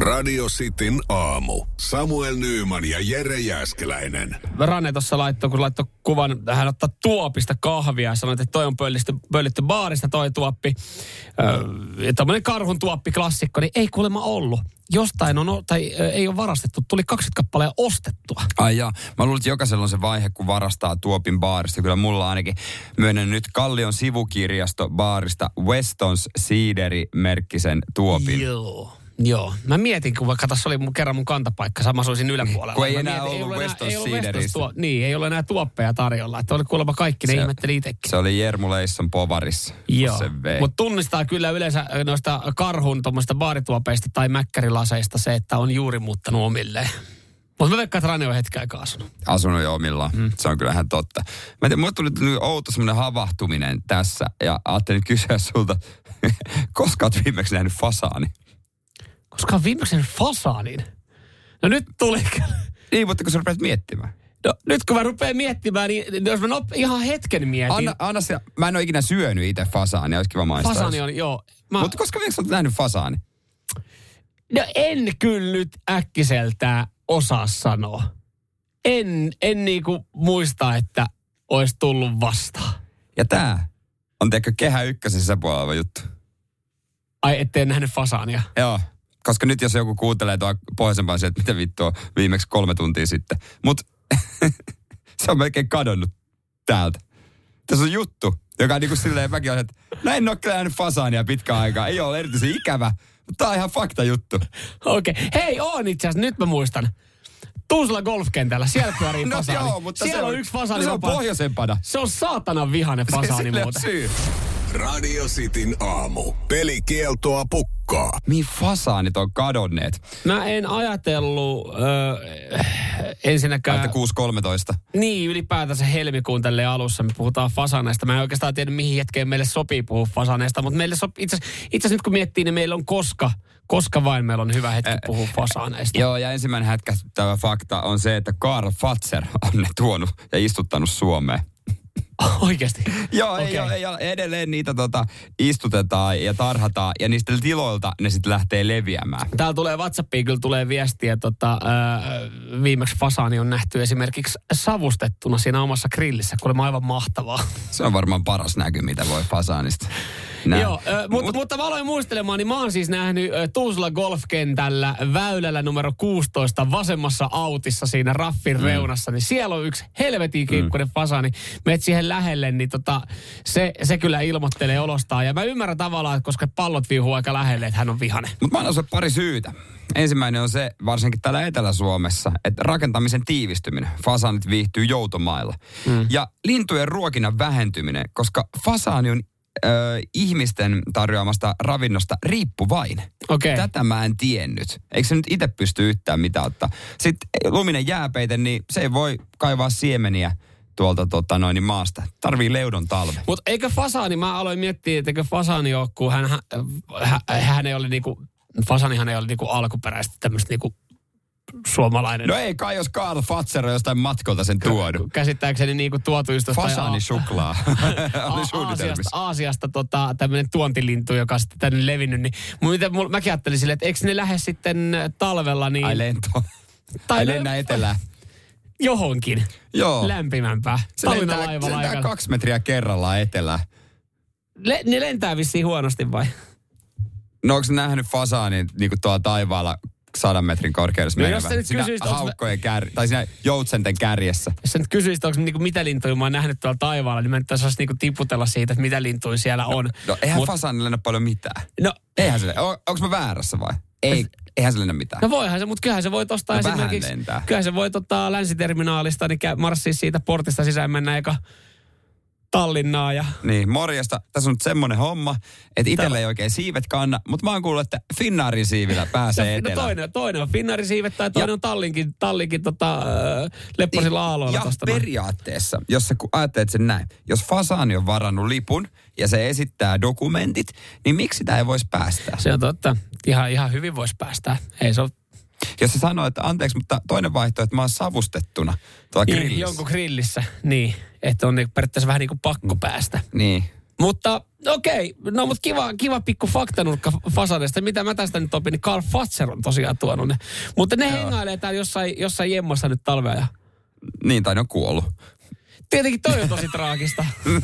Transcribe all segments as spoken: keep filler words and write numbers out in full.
Radio Cityn aamu. Samuel Nyyman ja Jere Jääskeläinen. Rane tuossa laittoi, kun laittoi kuvan, hän ottaa tuopista kahvia ja sanoi, että toi on pöllitty, pöllitty baarista toi tuoppi. Öö, Tämmöinen karhun tuoppi klassikko, niin ei kuulemma ollut. Jostain on, tai ö, ei ole varastettu, tuli kaksikymmentä kappalea ostettua. Ai jaa, mä luulen, että jokaisella on se vaihe, kun varastaa tuopin baarista. Kyllä mulla ainakin myönnän nyt Kallion sivukirjasto baarista Westons Siideri-merkkisen tuopin. Joo. Joo. Mä mietin, kun vaikka tässä oli mun, kerran mun kantapaikka, sama asuisin yläpuolella. Kun ei Mä enää mietin, ollut Weston Siiderissä. Niin, ei ole enää tuoppeja tarjolla. Että oli kuulemma kaikki, ne ihmetteli itsekin. Se oli Jermu Leisson povarissa. Joo, mutta tunnistaa kyllä yleensä noista karhun tuommoista baarituopeista tai mäkkärilaseista se, että on juuri muuttanut omilleen. Mutta mä veikkaan, että Rane on hetken aikaa asunut. Asunut jo omillaan. Mm. Se on kyllähän totta. Mä en tiedä, mulle tuli nyt outo semmoinen havahtuminen tässä. Ja ajattelin kysyä sulta, koska oot viimeksi nähnyt fasaani? Koska on viimeksi nähnyt fasaanin? No nyt tuli. Niin, mutta kun sä rupeat miettimään. No nyt kun mä rupean miettimään, niin jos mä nop- ihan hetken mietin. Anna, anna se, mä en ole ikinä syönyt itse fasaania, olisi kiva maistaa. Fasaani on, joo. Mä... Mutta koska viimeksi olet nähnyt fasaani? No en kyllä nyt äkkiseltään osaa sanoa. En, en niinku muista, että olisi tullut vastaan. Ja tää on tiedätkö Kehä Ykkösen sisäpuolella juttu. Ai, ettei nähnyt fasaania? Joo, koska nyt jos joku kuuntelee tuo pohjoisempaa sieltä, että mitä vittua viimeksi kolme tuntia sitten. Mutta se on melkein kadonnut täältä. Tässä on juttu, joka on niin kuin silleen, mäkin olen, että näin ole kyllä nähnyt fasaania pitkään aikaa. Ei ole erityisen ikävä, mutta tää on ihan fakta juttu. Okei. Okay. Hei, on itse asiassa, nyt mä muistan. Tuusula golfkentällä, siellä pyörii no fasaani. Joo, mutta siellä se on, on yksi fasaani. No se on pohjoisempana. Se on saatanan vihainen fasaani muuten. Syy. Radio Cityn aamu. Pelikieltoa pukkaa. Mihin fasaanit on kadonneet? Mä en ajatellut äh, ensinnäkään... Että kuusi kolmetoista. Niin, ylipäätänsä helmikuun tälle alussa me puhutaan fasaneista. Mä en oikeastaan tiedä, mihin hetkeen meille sopii puhua fasaneista, mutta meille sopii, itse asiassa nyt kun miettii, niin meillä on koska, koska vain meillä on hyvä hetki puhua fasaneista. Joo, ja ensimmäinen hätkähdyttävä fakta on se, että Karl Fazer on ne tuonut ja istuttanut Suomeen. Oikeasti? Joo, okay. ei, ole, ei ole. Edelleen niitä tota, istutetaan ja tarhataan ja niistä tiloilta ne sitten lähtee leviämään. Täällä tulee WhatsAppiin, kyllä tulee viestiä, tota, ää, viimeksi fasaani on nähty esimerkiksi savustettuna siinä omassa grillissä, kuulemma aivan mahtavaa. Se on varmaan paras näky, mitä voi fasaanista. Joo, äh, mutta, Mut, mutta mä aloin muistelemaan, niin mä oon siis nähnyt äh, Tuusula golfkentällä väylällä numero kuusitoista vasemmassa autissa siinä raffin mm. reunassa, niin siellä on yksi helvetin kinkkuinen mm. fasaani. Meet siihen lähelle, niin tota, se, se kyllä ilmoittelee olostaan. Ja mä ymmärrän tavallaan, että koska pallot viihuu aika lähelle, että hän on vihainen. Mutta mä annan sulle pari syytä. Ensimmäinen on se, varsinkin täällä Etelä-Suomessa, että rakentamisen tiivistyminen. Fasaanit viihtyy joutomailla. Mm. Ja lintujen ruokinnan vähentyminen, koska fasaani on Ö, ihmisten tarjoamasta ravinnosta riippuvainen. Okay. Tätä mä en tiennyt. Eikö se nyt itse pysty yhtään mitään ottaa? Sitten luminen jääpeite, niin se ei voi kaivaa siemeniä tuolta tota, noin, maasta. Tarvii leudon talve. Mutta eikö fasaani, mä aloin miettiä, että eikö fasaani ole, kun hän, hän, hän ei ole niinku, fasaanihan ei ole niinku alkuperäisesti tämmöistä niinku suomalainen. No ei kai, jos Karl Fazer on jostain matkolta sen tuonut. Käsittääkseni niin kuin tuotu just fasaani suklaa. Aasiasta, Aasiasta tota, tämmöinen tuontilintu, joka on sitten tänne levinnyt. Niin, miten, mäkin ajattelin silleen, että eikö ne lähde sitten talvella niin... Ai lento. Tai Ai lennä etelään. Johonkin. Joo. Lämpimämpää. Se lentää, se lentää kaksi metriä kerrallaan etelään. Le, ne lentää vissiin huonosti vai? No onko nähnyt fasaanin niin kuin tuolla taivaalla sadan metrin korkeudessa no, menevän? Siinä kysyisit, haukkojen kär... tai siinä joutsenten kärjessä. Jos sä nyt kysyisit, onko niinku mitä lintuja mä oon nähnyt tuolla taivaalla, niin mä nyt osaisi niinku tiputella siitä, että mitä lintuja siellä on. No, no eihän Mut... fasaanilla lennä paljon mitään. No. Eihän se, on, onko mä väärässä vai? Ei, eihän se lennä mitään. No voihan se, mutta kyllähän se voi tosta no, esimerkiksi... Lentää. Kyllähän se voi tota länsiterminaalista, niin marssia siitä portista sisään mennä eikä Tallinnaa ja... Niin, morjesta. Tässä on nyt semmoinen homma, että itsellä ei oikein siivet kanna, mutta mä oon kuullut, että Finnaarin siivillä pääsee no, etelään. No toinen, toinen on Finnaarin siivet tai toinen ja, on Tallinkin, Tallinkin tota, äh, Lepposilla aaloilla. Ja tosta periaatteessa, noin. Jos sä ajattelet sen näin, jos fasaani on varannut lipun ja se esittää dokumentit, niin miksi sitä ei voisi päästää? Se on totta. Ihan, ihan hyvin voisi päästää. Ei se ole... Jos se sanoo, että anteeksi, mutta toinen vaihtoehto, että mä oon savustettuna tuolla grillissä. Jonkun grillissä, niin. Että on niin, periaatteessa vähän niin kuin pakko päästä. Niin. Mutta Okei, no mutta kiva, kiva pikku faktanurkka Fasadesta. Mitä mä tästä nyt opin, niin Karl Fatser on tosiaan tuonut ne. Mutta ne Joo. hengailee täällä jossain, jossain jemmassa nyt talvea. Ja... Niin, tai ne on kuollut. Tietenkin toi on tosi traagista.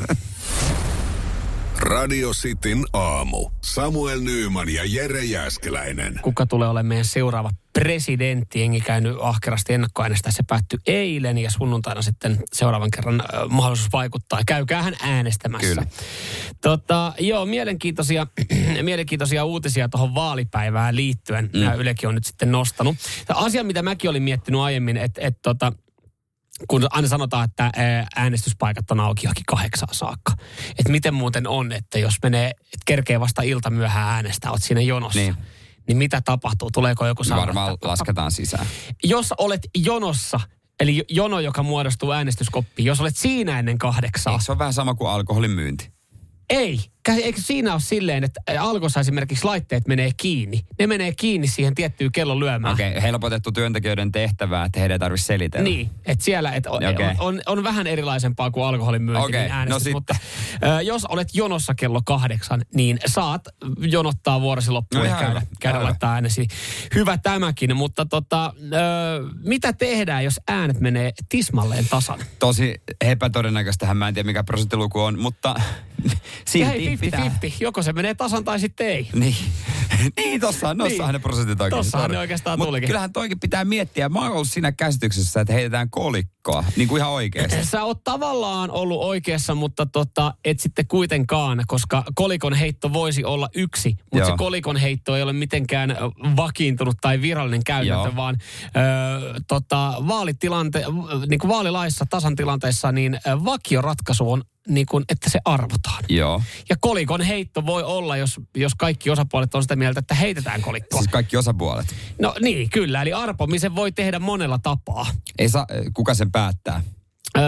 Radio Cityn aamu. Samuel Nyyman ja Jere Jääskeläinen. Kuka tulee olemaan meidän seuraava presidentti? Jengi käynyt ahkerasti ennakkoäänestää. Se päättyi eilen ja sunnuntaina sitten seuraavan kerran äh, mahdollisuus vaikuttaa. Käykäähän äänestämässä. Kyllä. Tota, joo, mielenkiintoisia, mielenkiintoisia uutisia tuohon vaalipäivään liittyen. Mm. Ylekin on nyt sitten nostanut. Asia, mitä mäkin olin miettinyt aiemmin, että et, tota, kun aina sanotaan, että äänestyspaikat on auki johonkin kahdeksaan saakka. Että miten muuten on, että jos menee, että kerkee vasta ilta myöhään äänestää, oot siinä jonossa. Niin. Niin mitä tapahtuu? Tuleeko joku sanoa? Varmaan että, lasketaan sisään. Jos olet jonossa, eli jono, joka muodostuu äänestyskoppiin, jos olet siinä ennen kahdeksaa. Eikö se ole vähän sama kuin alkoholin myynti? Ei. Eikö siinä ole silleen, että Alkossa esimerkiksi laitteet menee kiinni? Ne menee kiinni siihen tiettyyn kellon lyömään. Okei, okay, helpotettu työntekijöiden tehtävää, että heidän ei tarvitse selitellä. Niin, että siellä et on, okay. on, on, on vähän erilaisempaa kuin alkoholin myynti. Okei, okay, äänestys, no mutta äh, jos olet jonossa kello kahdeksan, niin saat jonottaa vuorosi loppuun no, ja käydä, käydä laittaa äänesi. Hyvä tämäkin, mutta tota, äh, mitä tehdään, jos äänet menee tismalleen tasan? Tosi epätodennäköistähän, mä en tiedä mikä prosenttiluku on, mutta silti viisikymmentä viisikymmentä. Joko se menee tasan tai sitten ei. Niin, niin tossahan, tossahan niin. ne prosentit oikein. Tossahan ne oikeastaan Mut tulikin. Kyllähän toikin pitää miettiä. Mä oon ollut siinä käsityksessä, että heitetään kolikkoa. Niin kuin ihan oikeasti. Sä oot tavallaan ollut oikeassa, mutta tota, et sitten kuitenkaan, koska kolikon heitto voisi olla yksi. Mutta se kolikon heitto ei ole mitenkään vakiintunut tai virallinen käytäntö, Joo. vaan ö, tota, vaalitilante, niin kuin vaalilaissa tasan tilanteessa, niin vakioratkaisu on niin kuin, että se arvotaan. Joo. Ja kolikon heitto voi olla, jos, jos kaikki osapuolet on sitä mieltä, että heitetään kolikkoa. Siis kaikki osapuolet? No niin, kyllä. Eli arpomisen voi tehdä monella tapaa. Ei saa, kuka sen päättää? Öö,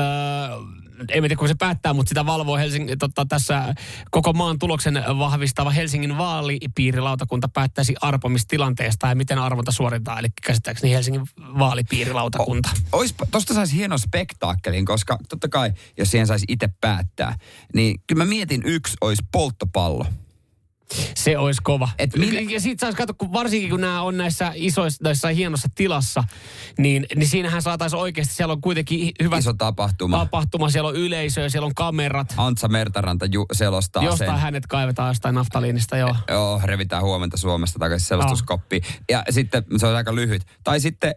ei tiedä, kun se päättää, mutta sitä valvoo Helsingin, totta, tässä koko maan tuloksen vahvistava Helsingin vaalipiirilautakunta päättäisi arpomistilanteesta ja miten arvonta suoritetaan. Eli käsittääkseni Helsingin vaalipiirilautakunta. O, ois, tosta saisi hieno spektaakkelin, koska totta kai, jos siihen saisi itse päättää, niin kyllä mä mietin yksi olisi polttopallo. Se olisi kova. Et mille... Ja siitä saisi katsoa, kun varsinkin kun nämä on näissä isoissa, näissä hienossa tilassa, niin, niin siinähän saataisiin oikeasti, siellä on kuitenkin hyvä... Iso tapahtuma. Tapahtuma, siellä on yleisöä, siellä on kamerat. Antsa Mertaranta ju- selostaa jostain sen. Jostain hänet kaivetaan jostain naftaliinista, joo. Joo, revitään huomenta Suomesta takaisin selostuskoppiin. Oh. Ja sitten se on aika lyhyt. Tai sitten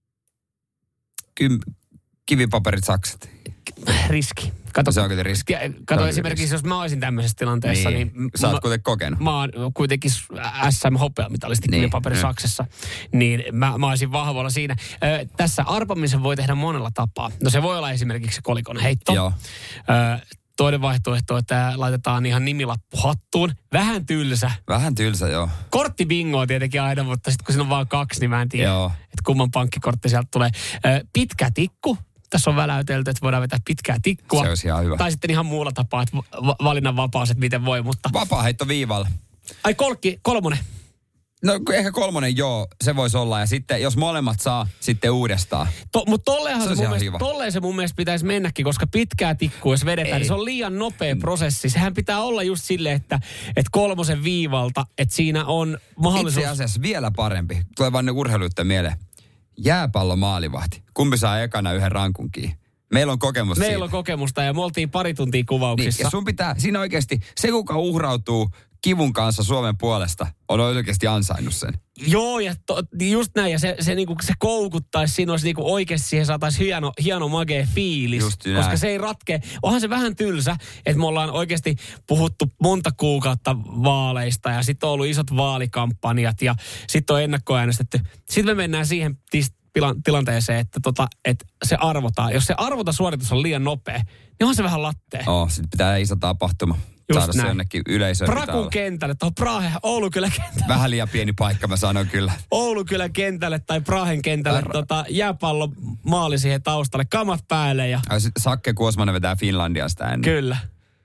kym, kivipaperit sakset. Riski. Kato, se on kyllä riski. Kato esimerkiksi, riski. Jos mä olisin tämmöisessä tilanteessa, niin... niin sä oot kuitenkin kokenut. Mä oon kuitenkin S M-hopeamitalisti niin, kivipaperi Saksassa, niin mä, mä olisin vahvoilla siinä. Ö, tässä arpamisen voi tehdä monella tapaa. No se voi olla esimerkiksi kolikon heitto. Joo. Ö, toinen vaihtoehto, että laitetaan ihan nimilappu hattuun. Vähän tylsä. Vähän tylsä, joo. Korttibingo on tietenkin aina, mutta sitten kun siinä on vaan kaksi, niin mä en tiedä, joo. että kumman pankkikortti sieltä tulee. Ö, pitkä tikku. Tässä on väläytelty, että voidaan vetää pitkää tikkua. Se olisi ihan hyvä. Tai sitten ihan muulla tapaa, että valinnan vapaus, että miten voi, mutta... Vapaaheitto viivalla. Ai kolkki, kolmonen. No ehkä kolmonen, joo, se voisi olla. Ja sitten jos molemmat saa, sitten uudestaan. To, mutta tolleen se, se, tolleen se mun mielestä pitäisi mennäkin, koska pitkää tikkua, jos vedetään, Ei. niin se on liian nopea prosessi. Sehän pitää olla just silleen, että, että kolmosen viivalta, että siinä on mahdollisuus... Itse asiassa vielä parempi. Tulee vaan ne urheiluiden mieleen. Jääpallo maalivahti. Kumpi saa ekana yhden rankunkin? Meillä on kokemusta Meillä siitä. on kokemusta ja me oltiin pari tuntia kuvauksissa. Niin, ja sun pitää, siinä oikeasti, se kuka uhrautuu kivun kanssa Suomen puolesta, on oikeasti ansainnut sen. Joo, ja to, just näin, ja se, se, niinku, se koukuttaisi, siinä olisi niinku oikeasti siihen saataisiin hieno, hieno magee fiilis. Just näin. Koska se ei ratkea. Onhan se vähän tylsä, että me ollaan oikeasti puhuttu monta kuukautta vaaleista, ja sitten on ollut isot vaalikampanjat, ja sitten on ennakkoäänestetty. Sitten me mennään siihen tis, tilanteeseen, että, tota, että se arvotaan. Jos se arvotasuoritus on liian nopea, niin onhan se vähän lattea. Oh, sitten pitää iso tapahtuma. Just saada näin. se jonnekin yleisöön. Prakun kentälle, tuohon Prahe, Oulukylän kentälle. Vähän liian pieni paikka, mä sanon kyllä. Oulukylän kentälle tai Prahen kentälle, Ar- tota, jääpallo maali siihen taustalle, kamat päälle. Ja... Sakke Kuosmanen vetää Finlandiasta ennen. Kyllä.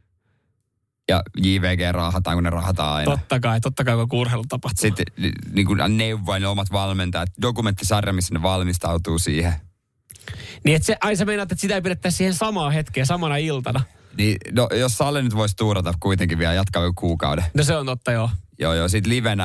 Ja J V G raahataan, kun ne raahataan aina. Totta kai, totta kai, kun urheilu tapahtuu. Sitten niin kuin neuvoin ne omat valmentajat. Dokumenttisarja, missä ne valmistautuu siihen. Niin, että se, ai sä meinaat, että sitä ei pidettäisi siihen samaan hetkeen, samana iltana. Niin, no, jos Salle nyt voisi tuurata kuitenkin vielä, jatkaa joku kuukauden. No se on totta, joo. Joo, joo, sit livenä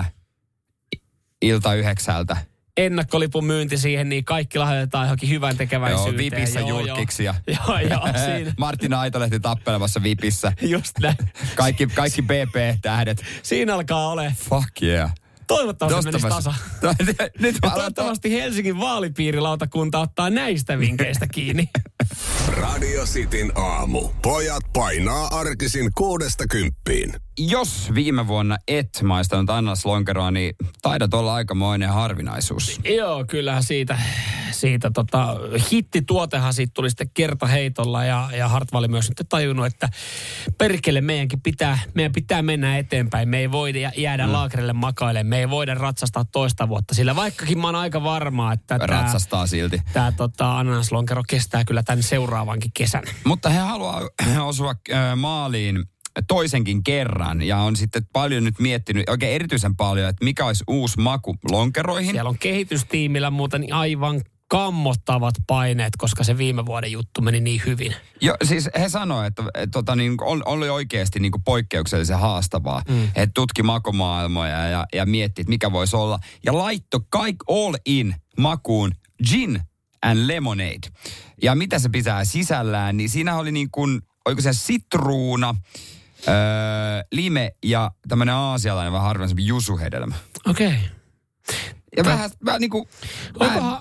ilta yhdeksältä. Ennakkolipun myynti siihen, niin kaikki lahjoitetaan johonkin hyvän tekeväisyyteen. Joo, Vipissä joo, julkiksi. Joo, joo, joo siinä. Martina Aitolehti tappelemassa Vipissä. Just näin. Kaikki, kaikki B P-tähdet. Siinä alkaa ole. Fuck yeah. Toivottavasti menisi tasa. Nyt ja toivottavasti Helsingin vaalipiirilautakunta ottaa näistä vinkkeistä kiinni. Radio Cityn aamu. Pojat painaa arkisin kuudesta kymppiin. Jos viime vuonna et maistanut ananaslonkeroa, niin taidat olla aikamoinen harvinaisuus. Joo, kyllähän siitä, siitä tota, hittituotehan siitä tuli sitten kertaheitolla ja, ja Hartwall oli myös nyt tajunnut, että perkele meidänkin pitää, meidän pitää mennä eteenpäin. Me ei voida jäädä mm. laakerille makailemaan, me ei voida ratsastaa toista vuotta. Sillä vaikkakin mä oon aika varma, että ratsastaa tää, silti. Tämä tota, ananaslonkero kestää kyllä tämän seuraavankin kesän. Mutta he haluaa osua äh, maaliin toisenkin kerran ja on sitten paljon nyt miettinyt, oikein erityisen paljon, että mikä olisi uusi maku lonkeroihin. Siellä on kehitystiimillä muuten aivan kammottavat paineet, koska se viime vuoden juttu meni niin hyvin. Joo, siis he sanoivat, että, että, että niin, oli oikeasti niin kuin poikkeuksellisen haastavaa, mm. että tutki makumaailmoja ja, ja mietti, että mikä voisi olla. Ja laitto kaikki all in makuun gin and lemonade. Ja mitä se pitää sisällään, niin siinä oli niin kuin, oliko se sitruuna, Öö, lime ja tämmönen aasialainen vähän harvinaisempi jusuhedelmä. Okei. Okay. Ja Tää... vähän, vähän niinku... Vähän... Onkohan...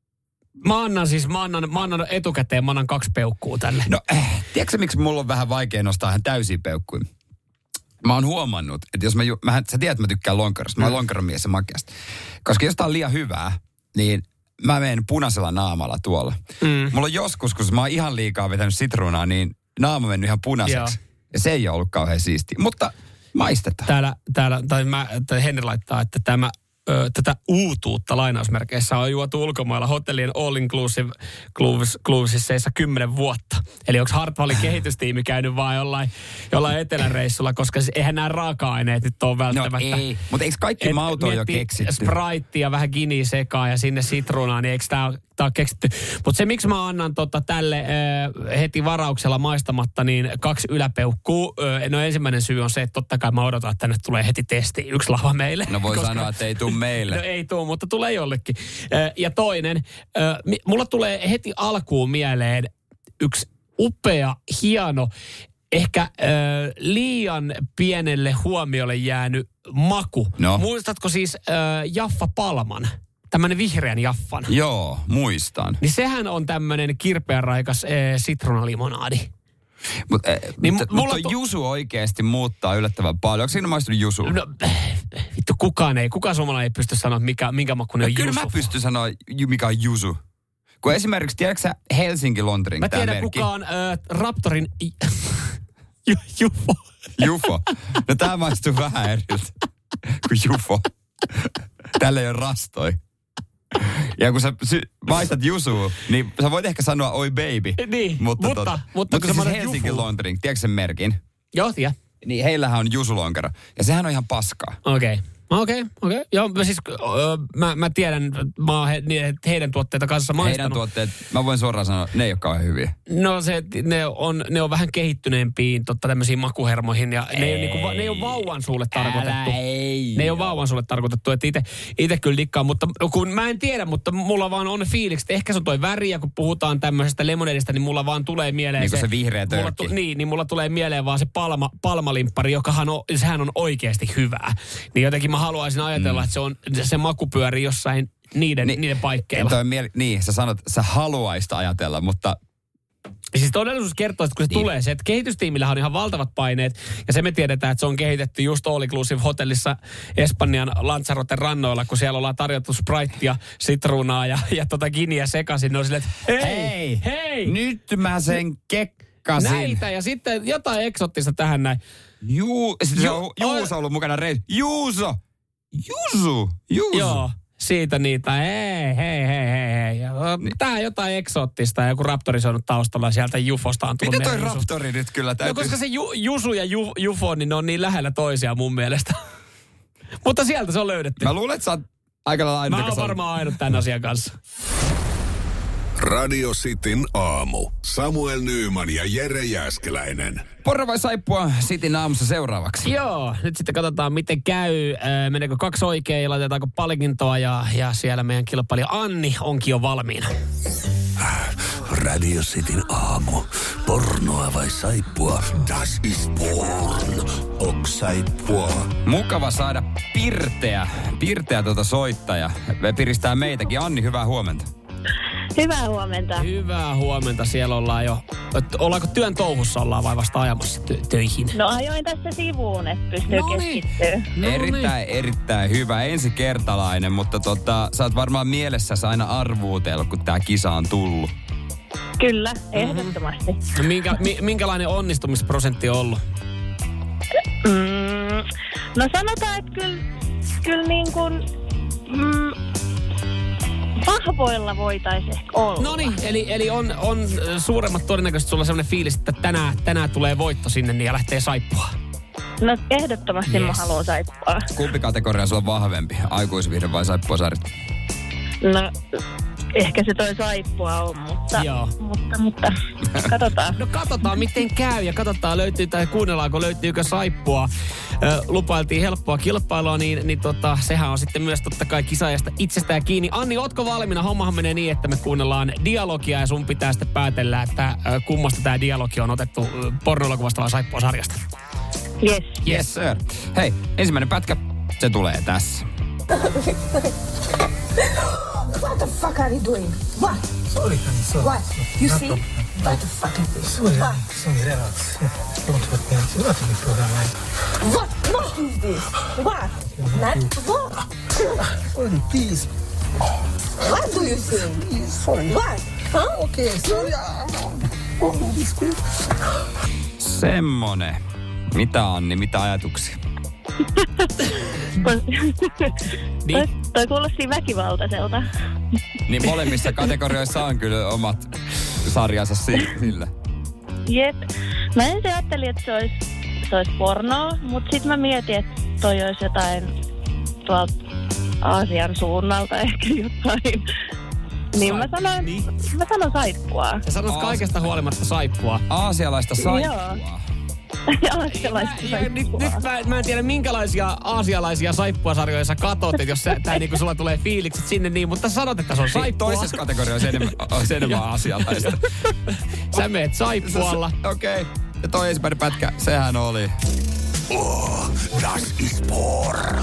Mä annan siis, mä annan, mä annan etukäteen, mä annan kaksi peukkuu tälle. No, äh, tiedätkö miksi mulla on vähän vaikea nostaa ihan täysiä peukkuja? Mä oon huomannut, että jos mä... Ju... Mähän, sä tiedät, että mä tykkään lonkerosta. Mä oon mm. lonkeromies ja makeasta. Koska jos tää on liian hyvää, niin mä menen punaisella naamalla tuolla. Mm. Mulla on joskus, kun mä oon ihan liikaa vetänyt sitruunaa, niin naama mennyt ihan punaiseksi. Joo. Ja se ei ole ollut kauhean siistiä. Mutta maistetaan. Täällä, täällä tai, mä, tai Henri laittaa, että tämä, ö, tätä uutuutta lainausmerkeissä on juotu ulkomailla hotellien all inclusive cruisesseissa kymmenen vuotta. Eli onko Hartwallin kehitystiimi käynyt vaan jollain, jollain eteläreissulla, koska se, eihän nämä raaka-aineet nyt ole välttämättä. No ei, mutta eikö kaikki maut ole jo keksitty? Sprite ja vähän giniä sekaan ja sinne sitruunaa, niin eikö tämä Tämä on keksitty. Mutta se, miksi mä annan tota tälle äh, heti varauksella maistamatta, niin kaksi yläpeukkuu. Äh, no ensimmäinen syy on se, että totta kai mä odotan, että tänne tulee heti testi. Yksi lava meille. No voi koska... sanoa, että ei tule meille. No ei tule, mutta tulee jollekin. Äh, ja toinen, äh, mulla tulee heti alkuun mieleen yksi upea, hieno, ehkä äh, liian pienelle huomiolle jäänyt maku. No. Muistatko siis äh, Jaffa Palman? Tämmöinen vihreän jaffan. Joo, muistan. Niin sehän on tämmöinen kirpeänraikas ee, sitruunalimonaadi. Mut, äh, niin mutta mulla mut to... jusu oikeasti muuttaa yllättävän paljon. Onko siinä maistunut jusu? No, vittu kukaan ei. Kukaan suomalainen ei pysty sanoa, mikä, minkä makuinen no, on kyllä jusu. Kyllä mä pystyn sanoa, mikä on jusu. Kun esimerkiksi, tiedätkö sä Helsinki Lontering, mä tiedän, merkki? kuka on äh, Raptorin Ju, Jufo. Jufo. No tää maistuu vähän eriltä kuin Jufo. Tällä ei ole rastoi. Ja kun sä sy- maistat jusua, niin sä voit ehkä sanoa oi baby. Niin, mutta... Mutta, tota, mutta mutta siis Helsinki Lontering, tiedätkö sen merkin? Joo, tiedä. Niin heillähän on jusulonkero. Ja sehän on ihan paskaa. Okei. Okay. Okei, okay, okei. Okay. Joo, siis öö, mä, mä tiedän, mä oon he, heidän tuotteita kanssa maistanut. Heidän tuotteet, mä voin suoraan sanoa, ne ei ole kauhean hyviä. No se, ne on, ne on vähän kehittyneempiin totta tämmöisiin makuhermoihin ja ne ei, ei, niinku, ne ei ole vauvan suulle tarkoitettu. Ei, ne ei ole vauvan sulle tarkoitettu, että ite, ite kyllä dikkaan, mutta kun mä en tiedä, mutta mulla vaan on fiilikset. Ehkä se on toi väri ja kun puhutaan tämmöisestä lemonadista, niin mulla vaan tulee mieleen niin se. se vihreä törkki. Tu, niin, niin mulla tulee mieleen vaan se palma, palmalimppari, jokahan on, sehän on oikeasti hyvää. Niin jotenkin mä haluaisin ajatella, mm. että se on se maku pyörii jossain niiden, Ni, niiden paikkeilla. Miele- niin, sä sanot, sä haluaisit ajatella, mutta... Siis todellisuus kertoo, että kun se niin. tulee, se, että kehitystiimillähän on ihan valtavat paineet, ja se me tiedetään, että se on kehitetty just All Inclusive hotellissa Espanjan Lanzaroten rannoilla, kun siellä ollaan tarjottu Spritea, sitruunaa ja, ja tota giniä sekaisin. Ne on silleen, että hei, hei, hei, nyt mä sen kekkasin. Näitä, ja sitten jotain eksottista tähän näin. Juu, sitten Ju- se on Juuso ollut mukana reissu. Juuso! Juuso! Juuso! Joo. Siitä niitä, hei, hei, hei, hei, hei. Tää on jotain eksoottista, joku Raptori on taustalla sieltä Jufosta on tullut. Miten toi Jusu. Raptori nyt kyllä täytyy? No koska se ju, Jusu ja ju, Jufo, niin ne on niin lähellä toisiaan mun mielestä. Mutta sieltä se on löydetty. Mä luulen, että sä oot aika lailla ainut. Mä oon varmaan ainut tämän asian kanssa. Radio Cityn aamu. Samuel Nyyman ja Jere Jääskeläinen. Porro vai saippua Cityn aamussa seuraavaksi? Joo, nyt sitten katsotaan miten käy. Äh, meneekö kaksi oikein ja laitetaanko palkintoa ja, ja siellä meidän kilpailija Anni onkin jo valmiina. Radio Cityn aamu. Pornoa vai saippua? Das ist porn. Ok saippua. Mukava saada pirteä, pirteä tuota soittaja. Piristää meitäkin. Anni, hyvää huomenta. Hyvää huomenta. Hyvää huomenta. Siellä ollaan jo. Ollaanko työn touhussa ollaan vai vasta ajamassa tö- töihin? No ajoin tässä sivuun, että pystyy Noniin. keskittyä. No Erittäin, erittäin hyvä. Ensikertalainen, mutta tota, sä oot varmaan mielessäsi aina arvuutellut, kun tää kisa on tullut. Kyllä, ehdottomasti. No minkä, mi, minkälainen onnistumisprosentti on ollut? Mm, no sanotaan, että kyllä, kyllä niin kuin, mm, vahvoilla voitaisiin ehkä olla. No niin, eli, eli on, on suuremmat todennäköisesti sulla sellainen fiilis, että tänään, tänään tulee voitto sinne niin ja lähtee saippua. No ehdottomasti Yes. mä haluan saippua. Kumpi kategoria sulla on vahvempi? Aikuisviihde vai saippuasarjat? No ehkä se toi saippua on, mutta, Joo. mutta, mutta katsotaan. No katsotaan miten käy ja katsotaan löytyy tai kuunnellaanko löytyykö saippua. Ö, lupailtiin helppoa kilpailua, niin, niin tota, sehän on sitten myös totta kai kisaajasta itsestään kiinni. Anni, ootko valmiina? Hommahan menee niin, että me kuunnellaan dialogia ja sun pitää sitten päätellä, että ö, kummasta tämä dialogi on otettu ö, pornoelokuvasta vai saippua-sarjasta. Yes. Yes, sir. Hei, ensimmäinen pätkä, se tulee tässä. What the fuck are you doing? What? Sorry, honey, sorry. What? You No see? problem. What the fuck is this? Sorry, What? honey, sorry, relax. Don't hurt me. It's not a big problem, man. What? What is this? What? Not what? Sorry, please. What do you think? Please, sorry. What? Huh? Okay, sorry. Oh, this quick. Semmonen. Mitä Anni, mitä ajatuksia? Niin. Toi, toi kuulosti väkivaltaiselta. Niin molemmissa kategorioissa on kyllä omat sarjansa si- sillä. Jep. Mä ensin ajattelin, että se olisi, se olisi pornoa, mutta sitten mä mietin, että toi olisi jotain tuolta Aasian suunnalta ehkä jotain. Niin mä sanoin, Niin. mä sanon saippua. Sä sanois Aas- kaikesta huolimatta saippua. Aasialaista saippua. Joo. Aasialaista Ja nyt, saippua. nyt mä, mä en tiedä, minkälaisia aasialaisia saippuasarjoja sä katot, että jos sä, tää niinku sulla tulee fiilikset sinne niin, mutta sanot, että se on saippua. Toisessa kategoriassa on enemmän, on enemmän aasialaista. Sä meet saippualla. Okei. Okay. Ja toi ensimmäinen pätkä, sehän oli. Oh, das ist porn.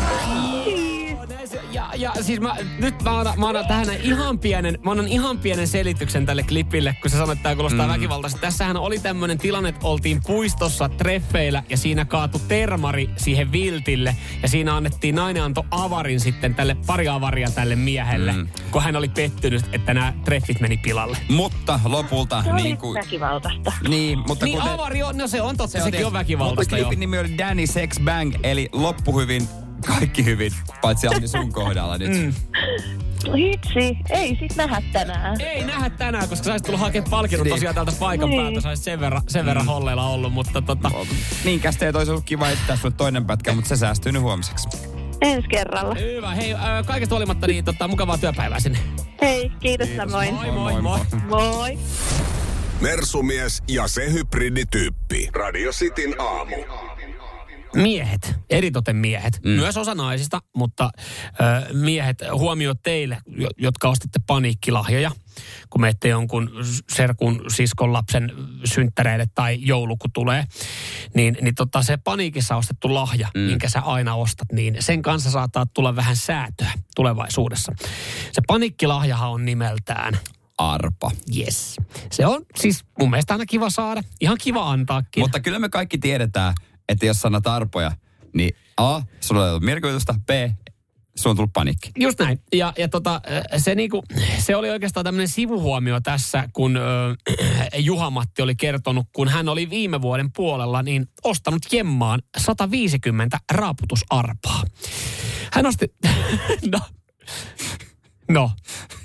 Ja, ja siis mä, nyt mä annan, mä annan tähän näin ihan pienen, mä annan ihan pienen selityksen tälle klipille, kun sä sanoit, että tää kuulostaa mm. väkivaltaisesti. Tässähän oli tämmönen tilanne, että oltiin puistossa treffeillä ja siinä kaatu termari siihen viltille. Ja siinä annettiin, nainen antoi avarin sitten tälle, pari avaria tälle miehelle, mm. kun hän oli pettynyt, että nämä treffit meni pilalle. Mutta lopulta Se oli niin kuin... väkivaltaista. Niin, mutta Niin kuten... avari on, no se on totta, se sekin on väkivaltaista Mutta jo. klipin nimi oli Danny Sex Bang, eli loppu hyvin, kaikki hyvin, paitsi Anni sun kohdalla nyt. Mm. Hitsi, ei sit nähdä tänään. Ei nähdä tänään, koska sä olisit tullut hakemaan palkinnon Niin. tosiaan täältä paikan Niin. päältä. Sä olisit sen verran, sen verran holleilla ollut, mutta tota... Niin kästeet olisi ollut kiva etsittää sulle toinen pätkä, mutta se säästyy nyt huomiseksi. Ensi kerralla. Hyvä. Hei, äh, kaikesta huolimatta niin tota, mukavaa työpäivää sinne. Hei, kiitos samoin. Moi, moi, moi. Moi. Mersumies ja se hybridityyppi. Radio Cityn aamu. Miehet, eritoten miehet, mm. myös osa naisista, mutta äh, miehet, huomio teille, jo- jotka ostitte paniikkilahjoja, kun menette jonkun serkun, siskon, lapsen synttäreille tai joulu, kun tulee, niin, niin tota, se paniikissa ostettu lahja, mm. minkä sä aina ostat, niin sen kanssa saattaa tulla vähän säätöä tulevaisuudessa. Se paniikkilahjahan on nimeltään Arpa. yes. Se on siis mun mielestä aina kiva saada, ihan kiva antaakin. Mutta kyllä me kaikki tiedetään, että jos sanat arpoja, niin A, sulla ei ollut mielikuvitusta, B, sulla on tullut paniikki. Just näin. Ja, ja tota, se, niinku, se oli oikeastaan tämmöinen sivuhuomio tässä, kun ö, Juha-Matti oli kertonut, kun hän oli viime vuoden puolella, niin ostanut jemmaan sata viisikymmentä raaputusarpaa. Hän osti... no. No.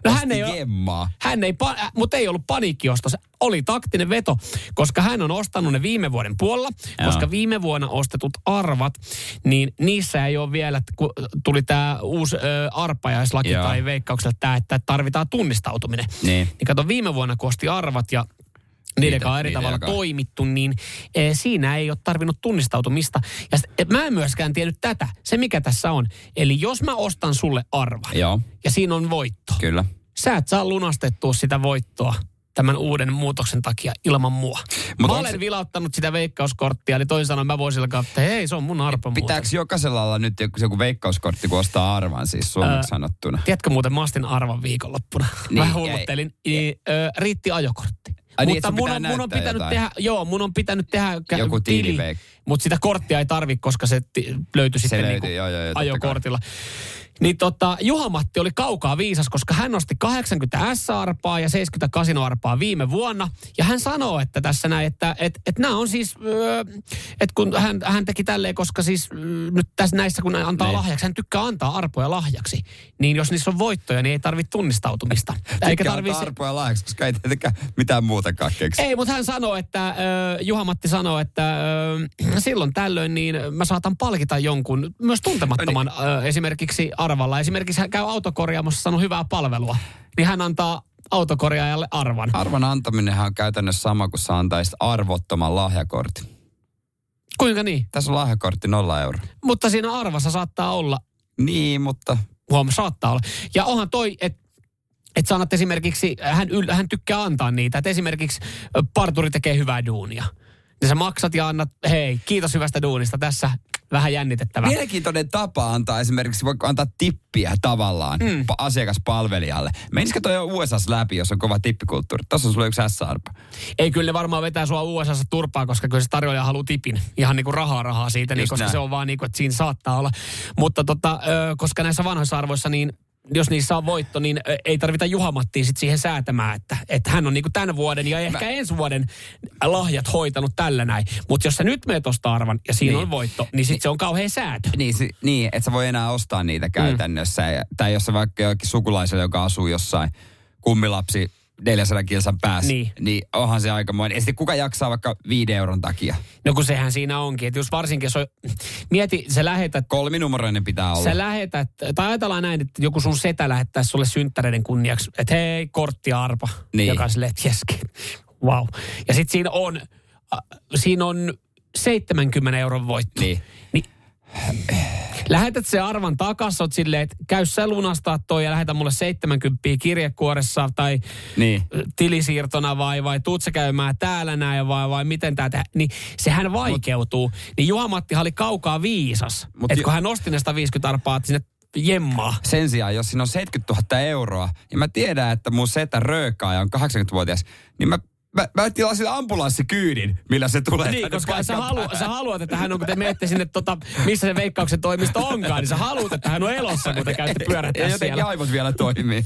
No hän ei, jemmaa. Hän ei, mutta ei ollut paniikkiostos. Oli taktinen veto, koska hän on ostanut ne viime vuoden puolella, Joo. koska viime vuonna ostetut arvat, niin niissä ei ole vielä, kun tuli tämä uusi ö, arpajaislaki Joo. tai veikkauksella tämä, että tarvitaan tunnistautuminen. Niin. Niin kato, viime vuonna kun osti arvat ja niiden kanssa eri tavalla jakaa. toimittu, niin e, siinä ei ole tarvinnut tunnistautumista. Ja sit, et, mä en myöskään tiennyt tätä, se mikä tässä on. Eli jos mä ostan sulle arvan Joo. ja siinä on voitto. Kyllä. Sä et saa lunastettua sitä voittoa tämän uuden muutoksen takia ilman mua. Mut mä olen se... vilauttanut sitä veikkauskorttia, eli toisin sanoen mä voisin alkaa, että hei, se on mun arpa. Pitääkö jokaisella olla nyt joku veikkauskortti, kun ostaa arvan, siis suomeksi öö, sanottuna? Tiedätkö muuten, mä ostin arvan viikonloppuna. Niin, mä hulluttelin. Niin, ö, riitti ajokortti. Ai mutta niin, mun on, mun on pitänyt jotain. tehdä, joo, mun on pitänyt tehdä joku tili, mutta sitä korttia ei tarvi, koska se t- löytyi sitten löytyi, niinku joo, joo, ajokortilla. Niin tota, Juha-Matti oli kaukaa viisas, koska hän nosti kahdeksankymmentä S-arpaa ja seitsemänkymmentä kasinoarpaa viime vuonna. Ja hän sanoo, että tässä näin, että et, et nämä on siis, öö, että kun hän, hän teki tälleen, koska siis öö, nyt tässä näissä kun antaa ne. lahjaksi, hän tykkää antaa arpoja lahjaksi. Niin jos niissä on voittoja, niin ei tarvitse tunnistautumista. Eikä tarvitse antaa arpoja lahjaksi, koska ei tietenkään mitään muutakaan keksi. Ei, mutta hän sanoo, että, öö, Juha-Matti sanoo, että öö, silloin tällöin niin mä saatan palkita jonkun, myös tuntemattoman niin. öö, esimerkiksi arvalla. Esimerkiksi hän käy autokorjaamossa, sanoo hyvää palvelua, niin hän antaa autokorjaajalle arvan. Arvan antaminenhan on käytännössä sama kuin sä antaisit arvottoman lahjakortin. Kuinka niin? Tässä on lahjakortti nolla euroa. Mutta siinä arvassa saattaa olla. Niin, mutta... Huom, saattaa olla. Ja onhan toi, että et sanot esimerkiksi, hän, yl, hän tykkää antaa niitä, että esimerkiksi parturi tekee hyvää duunia. Ja sä maksat ja annat, hei, kiitos hyvästä duunista, tässä vähän jännitettävää. Mielenkiintoinen tapa antaa esimerkiksi, voiko antaa tippiä tavallaan mm. asiakaspalvelijalle. Menisikö toi U S A:ssa läpi, jos on kova tippikulttuuri? Tuossa on sulla yksi S-arpa. Ei, kyllä ne varmaan vetää sua U S A:ssa turpaa, koska kyllä se tarjoaja haluaa tipin. Ihan niin kuin rahaa rahaa siitä, niin, koska näin. Se on vaan niin kuin, että siinä saattaa olla. Mutta tota, koska näissä vanhoissa arvoissa, niin jos niissä on voitto, niin ei tarvita Juha-Mattia sit siihen säätämään, että, että hän on niinku tämän vuoden ja ehkä Mä... ensi vuoden lahjat hoitanut tällä näin. Mutta jos sä nyt meet ostaa arvan ja siinä niin. on voitto, niin sitten se on kauhean säätö. Niin, si- niin että sä voi enää ostaa niitä käytännössä. Mm. Ja, tai jos sä vaikka jokin sukulaisella, joka asuu jossain kummilapsi neljänsadan kilsan päässä, niin. niin onhan se aikamoinen. Ja sitten kuka jaksaa vaikka viiden euron takia? No kun sehän siinä onkin, että jos varsinkin se on, mieti, sä lähetät... Kolminumeroinen pitää olla. Sä lähetät, tai ajatellaan näin, että joku sun setä lähettäisi sulle synttäreiden kunniaksi, että hei, korttiarpa. Niin. Joka on silleen, että jeskin, wow. Ja sitten siinä on, äh, siinä on seitsemänkymmenen euron voitto. Niin. Niin lähetät se arvan takas, oot silleen, että käy sä lunastaa toi ja lähetä mulle seitsemänkymmentä kirjekuoressa tai niin. tilisiirtona vai, vai tuut sä käymään täällä näin vai, vai miten tää tehdään. Niin sehän vaikeutuu. Mut, niin Juha-Mattihan oli kaukaa viisas. Että kun hän nosti ne sata viisikymmentä arpaa sinne jemmaa. Sen sijaan, jos siinä on seitsemänkymmentätuhatta euroa ja mä tiedän, että mun setä röökaaja on kahdeksankymmentävuotias, niin mä Mä, mä tilasin ambulanssikyydin, millä se tulee. Niin, koska sä, halu, sä haluat, että hän on, kun te menette sinne, tota, missä se Veikkauksen toimisto onkaan, niin sä haluat, että hän on elossa, kun te käytte pyörättää siellä. Ja jotenkin aivot vielä toimii.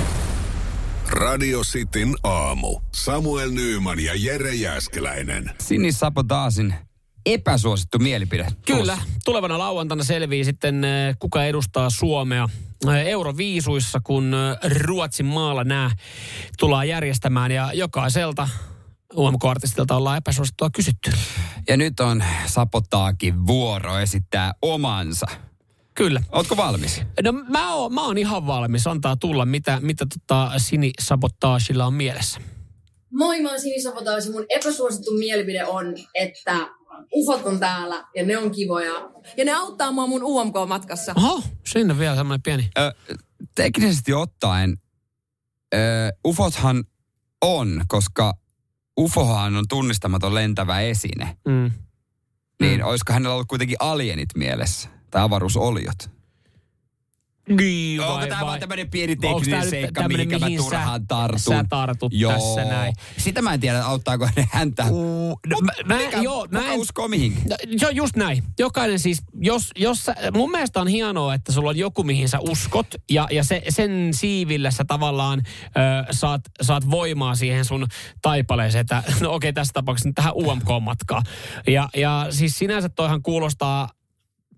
Radio Cityn aamu. Samuel Nyyman ja Jere Jääskeläinen. Sini Sabotaasin epäsuosittu mielipide. Kyllä. Tulevana lauantaina selvii sitten, kuka edustaa Suomea Euroviisuissa, kun Ruotsin maalla nämä tullaan järjestämään. Ja jokaiselta U M K-artistilta ollaan epäsuosittua kysytty. Ja nyt on Sabotaakin vuoro esittää omansa. Kyllä. Ootko valmis? No mä oon, mä oon ihan valmis. Antaa tulla, mitä, mitä tota Sini Sabotaasilla on mielessä. Moi, mä oon Sini Sabotaasi. Mun epäsuosittu mielipide on, että ufot on täällä ja ne on kivoja. Ja ne auttaa mua mun U M K-matkassa. Oho, sinne vielä semmoinen pieni. Ö, teknisesti ottaen, ö, ufothan on, koska ufohan on tunnistamaton lentävä esine. Mm. Niin mm. olisiko hänellä ollut kuitenkin alienit mielessä? Tai avaruusoliot? Niin, vai, onko tämä vai, vaan tämmöinen pieni tekninen seikka, mihinkä mä turhaan sä, tartun? Sä tartut joo. tässä näin. Sitä mä en tiedä, auttaako ne häntä. Uh, no, mä, mä, mikä, joo, mä en, uskoo mihinkin? No, just näin. Jokainen siis, jos, jos sä, mun mielestä on hienoa, että sulla on joku, mihin sä uskot. Ja, ja se, sen siivillä sä tavallaan ö, saat, saat voimaa siihen sun taipaleeseen. Että, no okei, okay, tässä tapauksessa tähän U M K-matkaan. Ja, ja siis sinänsä toihan kuulostaa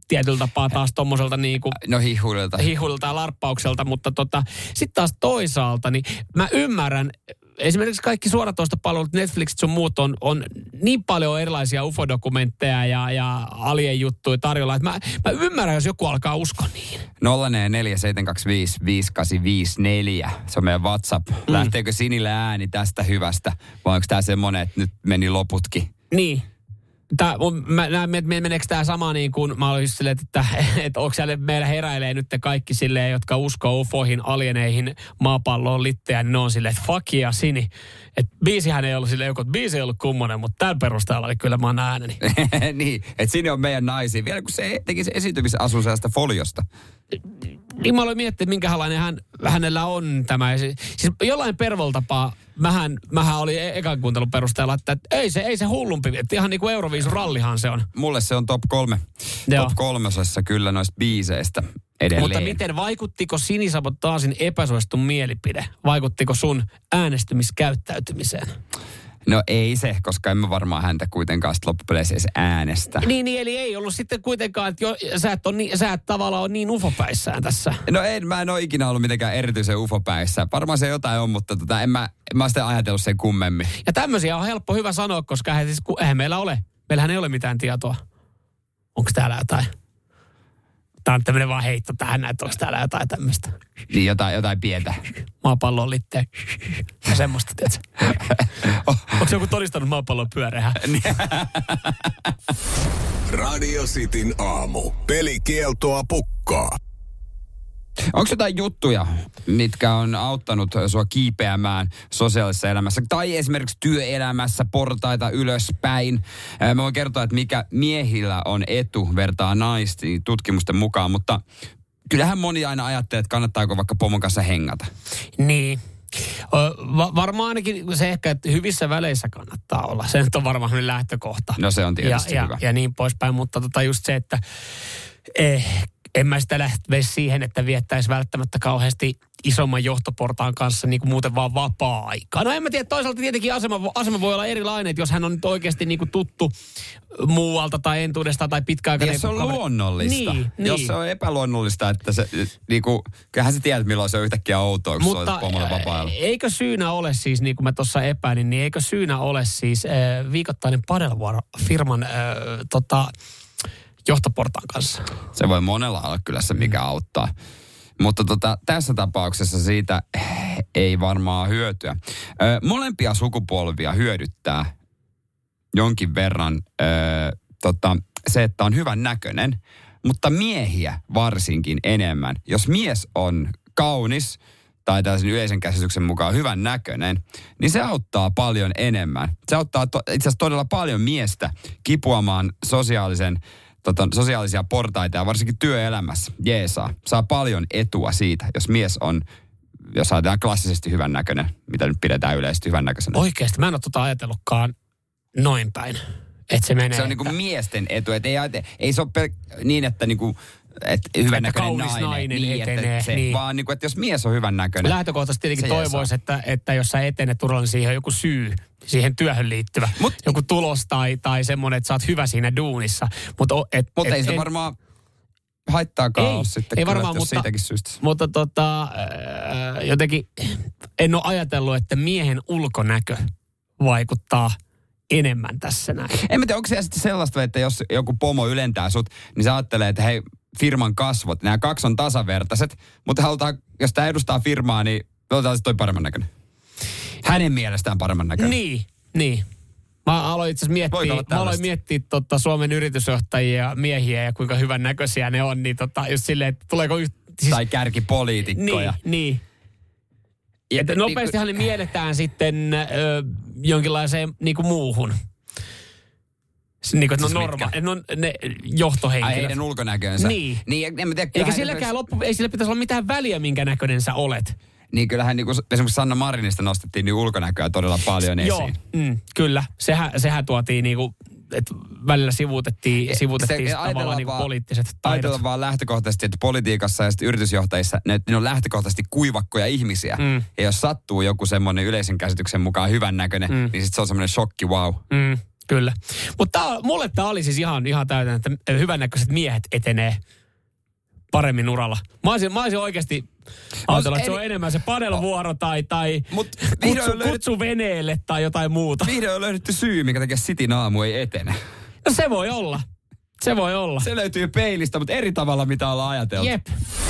tietyllä tapaa taas tommoselta niinku... No hihuilta. Hihuilta ja larppaukselta, mutta tota, sitten taas toisaalta, niin mä ymmärrän, esimerkiksi kaikki suoratoistopalvelut, Netflix sun muut on, on niin paljon erilaisia U F O-dokumentteja ja, ja alien-juttuja tarjolla, että mä, mä ymmärrän, jos joku alkaa uskoa niin. nolla neljä seitsemän kaksi viisi viisi kahdeksan viisi neljä. Se on meidän WhatsApp. Mm. Lähteekö Sinille ääni tästä hyvästä? Vai onko tää semmonen, että nyt meni loputkin? Niin. Tää, mä näen, että meneekö tämä sama niin kuin, mä olin just silleen, että, että onko siellä meillä heräilee nyt kaikki silleen, jotka uskoo U F Oihin, alieneihin, maapalloon, littejä, niin ne on silleen, että fuck yeah, Sini. Että biisihän ei ollut silleen, joku, että biisi ei ollut kummonen, mutta tällä perusteella oli kyllä mä oon ääneni. Niin, että Sini on meidän naisia. Vielä kun se teki se esiintymisasun sellaista foliosta. Niin mä aloin miettiä, minkälainen hän, hänellä on tämä. Siis jollain pervoltapaa, mähän, mähän oli ekan kuuntelun perusteella, että ei se, ei se hullumpi. Että ihan niin kuin Euroviisun rallihan se on. Mulle se on top kolme. Joo. Top kolmosessa kyllä noista biiseistä edelleen. Mutta miten vaikuttiko Sinisabotaasin epäsuosittu mielipide? Vaikuttiko sun äänestymiskäyttäytymiseen? No ei se, koska en mä varmaan häntä kuitenkaan sitten loppupeleissä edes äänestä. Niin, niin, eli ei ollut sitten kuitenkaan, että jo, sä, et on niin, sä et tavallaan ole niin ufopäissään tässä. No en, mä en ole ikinä ollut mitenkään erityisen ufopäissä. Varmaan se jotain on, mutta tota, en mä, en mä sitä ajatellut sen kummemmin. Ja tämmöisiä on helppo hyvä sanoa, koska eihän, siis, eihän meillä ole. Meillähän ei ole mitään tietoa. Onko täällä jotain? Tämä on tämmöinen vaan heitto tähän, että onko täällä jotain tämmöistä. Niin, jotain, jotain pientä. Maapallo on litteä. Ja semmoista, tiedätkö? Onko joku todistanut maapallon pyöreää? Radio Cityn aamu. Pelikieltoa pukkaa. Onko jotain juttuja, mitkä on auttanut sua kiipeämään sosiaalisessa elämässä tai esimerkiksi työelämässä portaita ylöspäin? Mä voin kertoa, että mikä miehillä on etu vertaa naistiin tutkimusten mukaan, mutta kyllähän moni aina ajattelee, että kannattaako vaikka pomon kanssa hengata. Niin. Va- varmaan ainakin se ehkä, että hyvissä väleissä kannattaa olla. Se nyt on varmaan lähtökohta. No se on tietysti ja, hyvä. Ja, ja niin poispäin, mutta tota just se, että eh, en mä sitä lähtisi siihen, että viettäisi välttämättä kauheasti isomman johtoportaan kanssa niin kuin muuten vaan vapaa-aikaa. No en mä tiedä, toisaalta tietenkin asema, asema voi olla erilainen, että jos hän on nyt oikeasti niin kuin tuttu muualta tai entuudesta tai pitkäaikainen. Jos se on luonnollista. Niin, niin. Jos se on epäluonnollista, että se, niin kuin, kyllähän sä tiedät, milloin se on yhtäkkiä outoa, kun mutta se on pomolla vapailla. Eikö syynä ole siis, niin kuin mä tuossa epäilin, niin eikö syynä ole siis äh, viikoittainen padelvuoro firman äh, tota, johtoportaan kanssa? Se voi monella olla kyllä se, mikä mm. auttaa. Mutta tota, tässä tapauksessa siitä ei varmaan hyötyä. Ö, molempia sukupolvia hyödyttää jonkin verran ö, tota, se, että on hyvän näköinen, mutta miehiä varsinkin enemmän. Jos mies on kaunis tai tällaisen yleisen käsityksen mukaan hyvän näköinen, niin se auttaa paljon enemmän. Se auttaa to, itse asiassa todella paljon miestä kipuamaan sosiaalisen Tota, sosiaalisia portaita ja varsinkin työelämässä jeesaa. Saa paljon etua siitä, jos mies on, jos ajatellaan klassisesti hyvän näköinen, mitä nyt pidetään yleisesti hyvän näköisenä. Oikeasti, mä en ole tota ajatellutkaan noin päin, että se menee. Se on että... niinku miesten etu, että ei, ei se ole pel- niin, että niinku, että hyvän näköinen nainen, nainen niin, etenee, että se, niin. Vaan niinku, että jos mies on hyvän näköinen. Lähtökohtaisesti tietenkin toivoisi, että, että jos sä etenet turvalla, niin siihen on joku syy, siihen työhön liittyvä. Mut, joku tulos tai, tai semmoinen, että sä oot hyvä siinä duunissa. Mut, et, mutta et, ei sitä en, varmaan haittaakaan ei, ole sitten. Ei kyllä, varmaan, mutta, siitäkin syystä. mutta tota, äh, jotenkin en ole ajatellut, että miehen ulkonäkö vaikuttaa enemmän tässä näin. En mä tiedä, onko se sitten sellaista, että jos joku pomo ylentää sut, niin sä ajattelee, että hei, firman kasvot, nämä kaksi on tasavertaiset, mutta halutaan, jos tämä edustaa firmaa, niin otetaan se toi paremman näköinen. Hänen mielestään paremman näköinen. Niin, niin. Mä aloin itse asiassa miettiä, mä aloin miettiä tota Suomen yritysjohtajia ja miehiä ja kuinka hyvän näköisiä ne on, niin tota, just silleen, että tuleeko yht... Siis, tai kärkipoliitikkoja. Niin, niin. Ja että nopeastihan ne mielletään sitten ö, jonkinlaiseen niin kuin muuhun. Niin kuin, että no norma, no ne johtohenkilöt. Ai heidän ulkonäkönsä. Niin. niin en mä tiedä, eikä silläkään loppu, ei sillä pitäisi olla mitään väliä, minkä näköinen sä olet. Niin kyllähän niin kuin, esimerkiksi Sanna Marinista nostettiin niin ulkonäköä todella paljon esiin. Joo, mm, kyllä. Sehän, sehän tuotiin niin kuin, että välillä sivuutettiin, sivuutettiin se, tavallaan niin kuin poliittiset taidot. Ajatellaan vaan lähtökohtaisesti, että politiikassa ja sitten yritysjohtajissa ne, ne on lähtökohtaisesti kuivakkoja ihmisiä. Mm. Ja jos sattuu joku semmoinen yleisen käsityksen mukaan hyvännäköinen, mm. niin sitten se on semmoinen shokki, wow. Mm. Kyllä. Mutta mulle tää oli siis ihan, ihan täytänä, että hyvännäköiset miehet etenee paremmin uralla. Mä olisin, mä olisin oikeasti ajatella, että se on enemmän se padelvuoro tai, tai Mut kutsu, löydetty, kutsu veneelle tai jotain muuta. Vihdoin on löydetty syy, mikä tekee Cityn aamu ei etene. No se voi olla. Se voi olla. Se löytyy peilistä, mutta eri tavalla mitä ollaan ajateltu. Jep.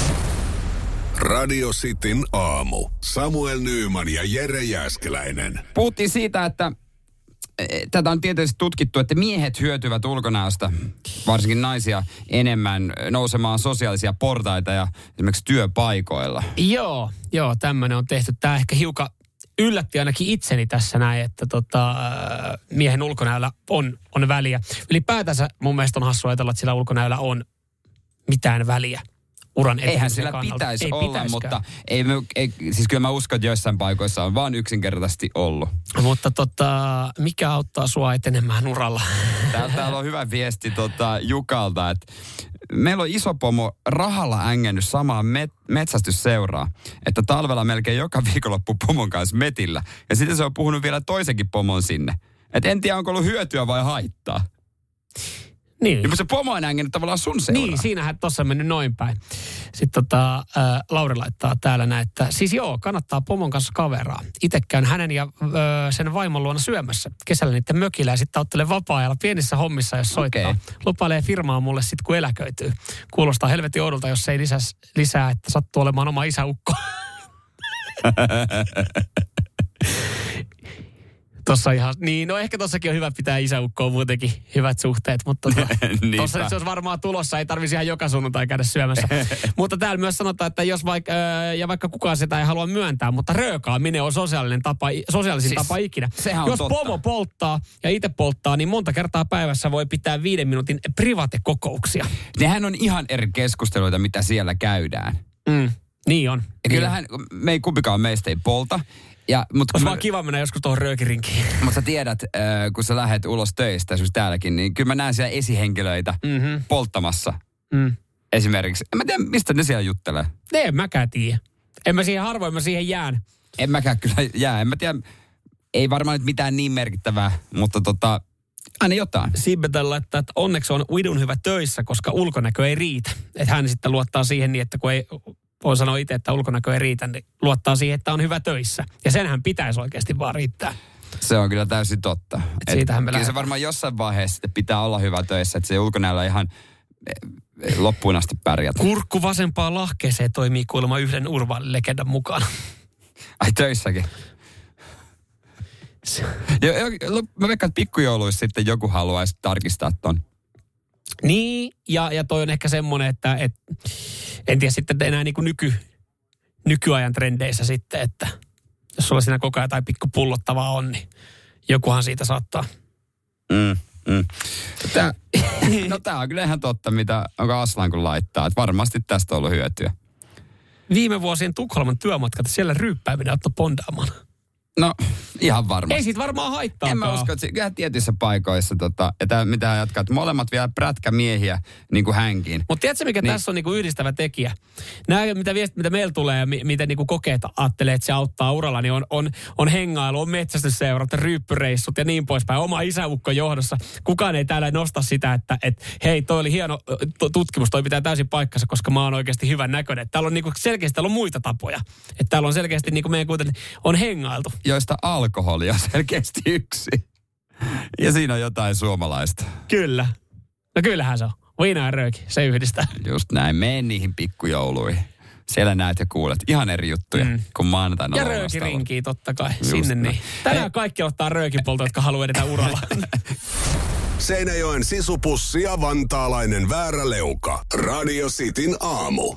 Radio Cityn aamu. Samuel Nyyman ja Jere Jääskeläinen. Puhuttiin siitä, että tätä on tietysti tutkittu, että miehet hyötyvät ulkonäöstä, varsinkin naisia, enemmän nousemaan sosiaalisia portaita ja esimerkiksi työpaikoilla. Joo, joo, tämmöinen on tehty. Tämä ehkä hiukan yllätti ainakin itseni tässä näin, että tota, miehen ulkonäöllä on, on väliä. Ylipäätänsä mun mielestä on hassua ajatella, että sillä ulkonäöllä on mitään väliä uran etenemisen Eihän sillä kannalta. pitäisi ei olla, pitäiskään. mutta ei, ei, siis kyllä mä uskon, että joissain paikoissa on vaan yksinkertaisesti ollut. Mutta tota, mikä auttaa sua etenemään uralla? Täällä, täällä on hyvä viesti tota, Jukalta, että meillä on iso pomo rahalla ängännyt samaa met, metsästysseuraa, että talvella melkein joka viikonloppu pomon kanssa metillä. Ja sitten se on puhunut vielä toisenkin pomon sinne. Että en tiedä, onko ollut hyötyä vai haittaa. Niin. Ja se pomo on ängännyt tavallaan sun seuraa. Niin, siinähän tuossa on mennyt noin päin. Sitten tota, äh, Lauri laittaa täällä näin, että siis joo, kannattaa pomon kanssa kaveraa. Itse käyn hänen ja äh, sen vaimon luona syömässä. Kesällä niiden mökillä ja sitten ottelen vapaa-ajalla pienissä hommissa, jos soittaa. Okay. Lupailee firmaa mulle sitten, kun eläköityy. Kuulostaa helvetin oudolta, jos ei lisäs, lisää, että sattuu olemaan oma isäukko. Tossa ihan, niin no ehkä tossakin on hyvä pitää isäukkoon muutenkin hyvät suhteet, mutta to, tossa se olisi varmaan tulossa, ei tarvitsisi ihan joka sunnuntai käydä syömässä. Mutta täällä myös sanotaan, että jos vaikka, ja vaikka kukaan sitä ei halua myöntää, mutta röökaaminen on sosiaalinen tapa, sosiaalisin siis, tapa ikinä. Jos totta. Pomo polttaa ja itse polttaa, niin monta kertaa päivässä voi pitää viiden minuutin private-kokouksia. Nehän on ihan eri keskusteluita, mitä siellä käydään. Mm, niin on. Ja kyllähän me ei kumpikaan meistä ei polta. Ja, mut olisi mä, vaan kiva mennä joskus tuohon röökirinkiin. Mutta sä tiedät, äh, kun sä lähdet ulos töistä, esimerkiksi täälläkin, niin kyllä mä näen siellä esihenkilöitä mm-hmm. polttamassa. Mm. Esimerkiksi. En mä tiedä, mistä ne siellä juttelee. En mäkään tiedä. En mä siihen harvoin, mä siihen jään. En mäkään kyllä jää. En mä tiedä, ei varmaan nyt mitään niin merkittävää, mutta tota, aina jotain. Sibbetel laittaa, että onneksi on uidun hyvä töissä, koska ulkonäkö ei riitä. Että hän sitten luottaa siihen niin, että kun ei... Voin sanoa itse, että ulkonäkö ei riitä, niin luottaa siihen, että on hyvä töissä. Ja senhän pitäisi oikeasti vaan riittää. Se on kyllä täysin totta. Et siitähän me kyllä se varmaan jossain vaiheessa pitää olla hyvä töissä, että se ulkonäöllä ihan loppuun asti pärjätä. Kurkku vasempaan lahkeeseen toimii kuulemma yhden urban-legendan mukana. Ai töissäkin? jo, jo, mä veikkaan, että pikkujouluissa sitten joku haluaisi tarkistaa ton. Niin, ja, ja toi on ehkä semmoinen, että et, en tiedä sitten enää niin kuin nyky, nykyajan trendeissä sitten, että jos sulla siinä koko ajan jotain pikku pullottavaa on, niin jokuhan siitä saattaa. Mm, mm. Tää, no tää on kyllä ihan totta, mitä onko Aslan kun laittaa, että varmasti tästä on ollut hyötyä. Viime vuosien Tukholman työmatkat, siellä ryyppääminen auttoi pondaamaan. No, ihan varmasti. Ei siitä varmaan haittaakaan. En mä usko, että kyllähän tietyissä paikoissa, tota, ja tää, mitä hän jatkaa, että molemmat vielä prätkämiehiä niin kuin hänkin. Mutta tiedätkö, mikä niin. tässä on niin kuin yhdistävä tekijä? Nämä, mitä viestit, mitä meillä tulee ja mi, miten niin kuin kokeet ajattelee, että se auttaa uralla, niin on, on, on hengailu, on metsästysseurat, ryyppyreissut ja niin poispäin. Oma isäukko johdossa. Kukaan ei täällä nosta sitä, että et, hei, toi oli hieno tutkimus, toi pitää täysin paikkansa, koska mä oon oikeasti hyvän näköinen. Täällä on niin kuin selkeästi täällä on muita tapoja. Että täällä on selkeästi niin kuin meidän kuten on hengailtu. Joista alkoholia on selkeästi yksi. Ja siinä on jotain suomalaista. Kyllä. No kyllähän se on. Viina ja rööki, se yhdistää. Just näin, mene niihin pikkujouluihin. Siellä näet ja kuulet ihan eri juttuja mm. kuin maanantaina. Ja röökirinkiä totta kai, just sinne niin. Tänään kaikki ottaa röökipolta, jotka haluaa edetä uralla. Seinäjoen sisupussi ja vantaalainen vääräleuka. Radio Cityn aamu.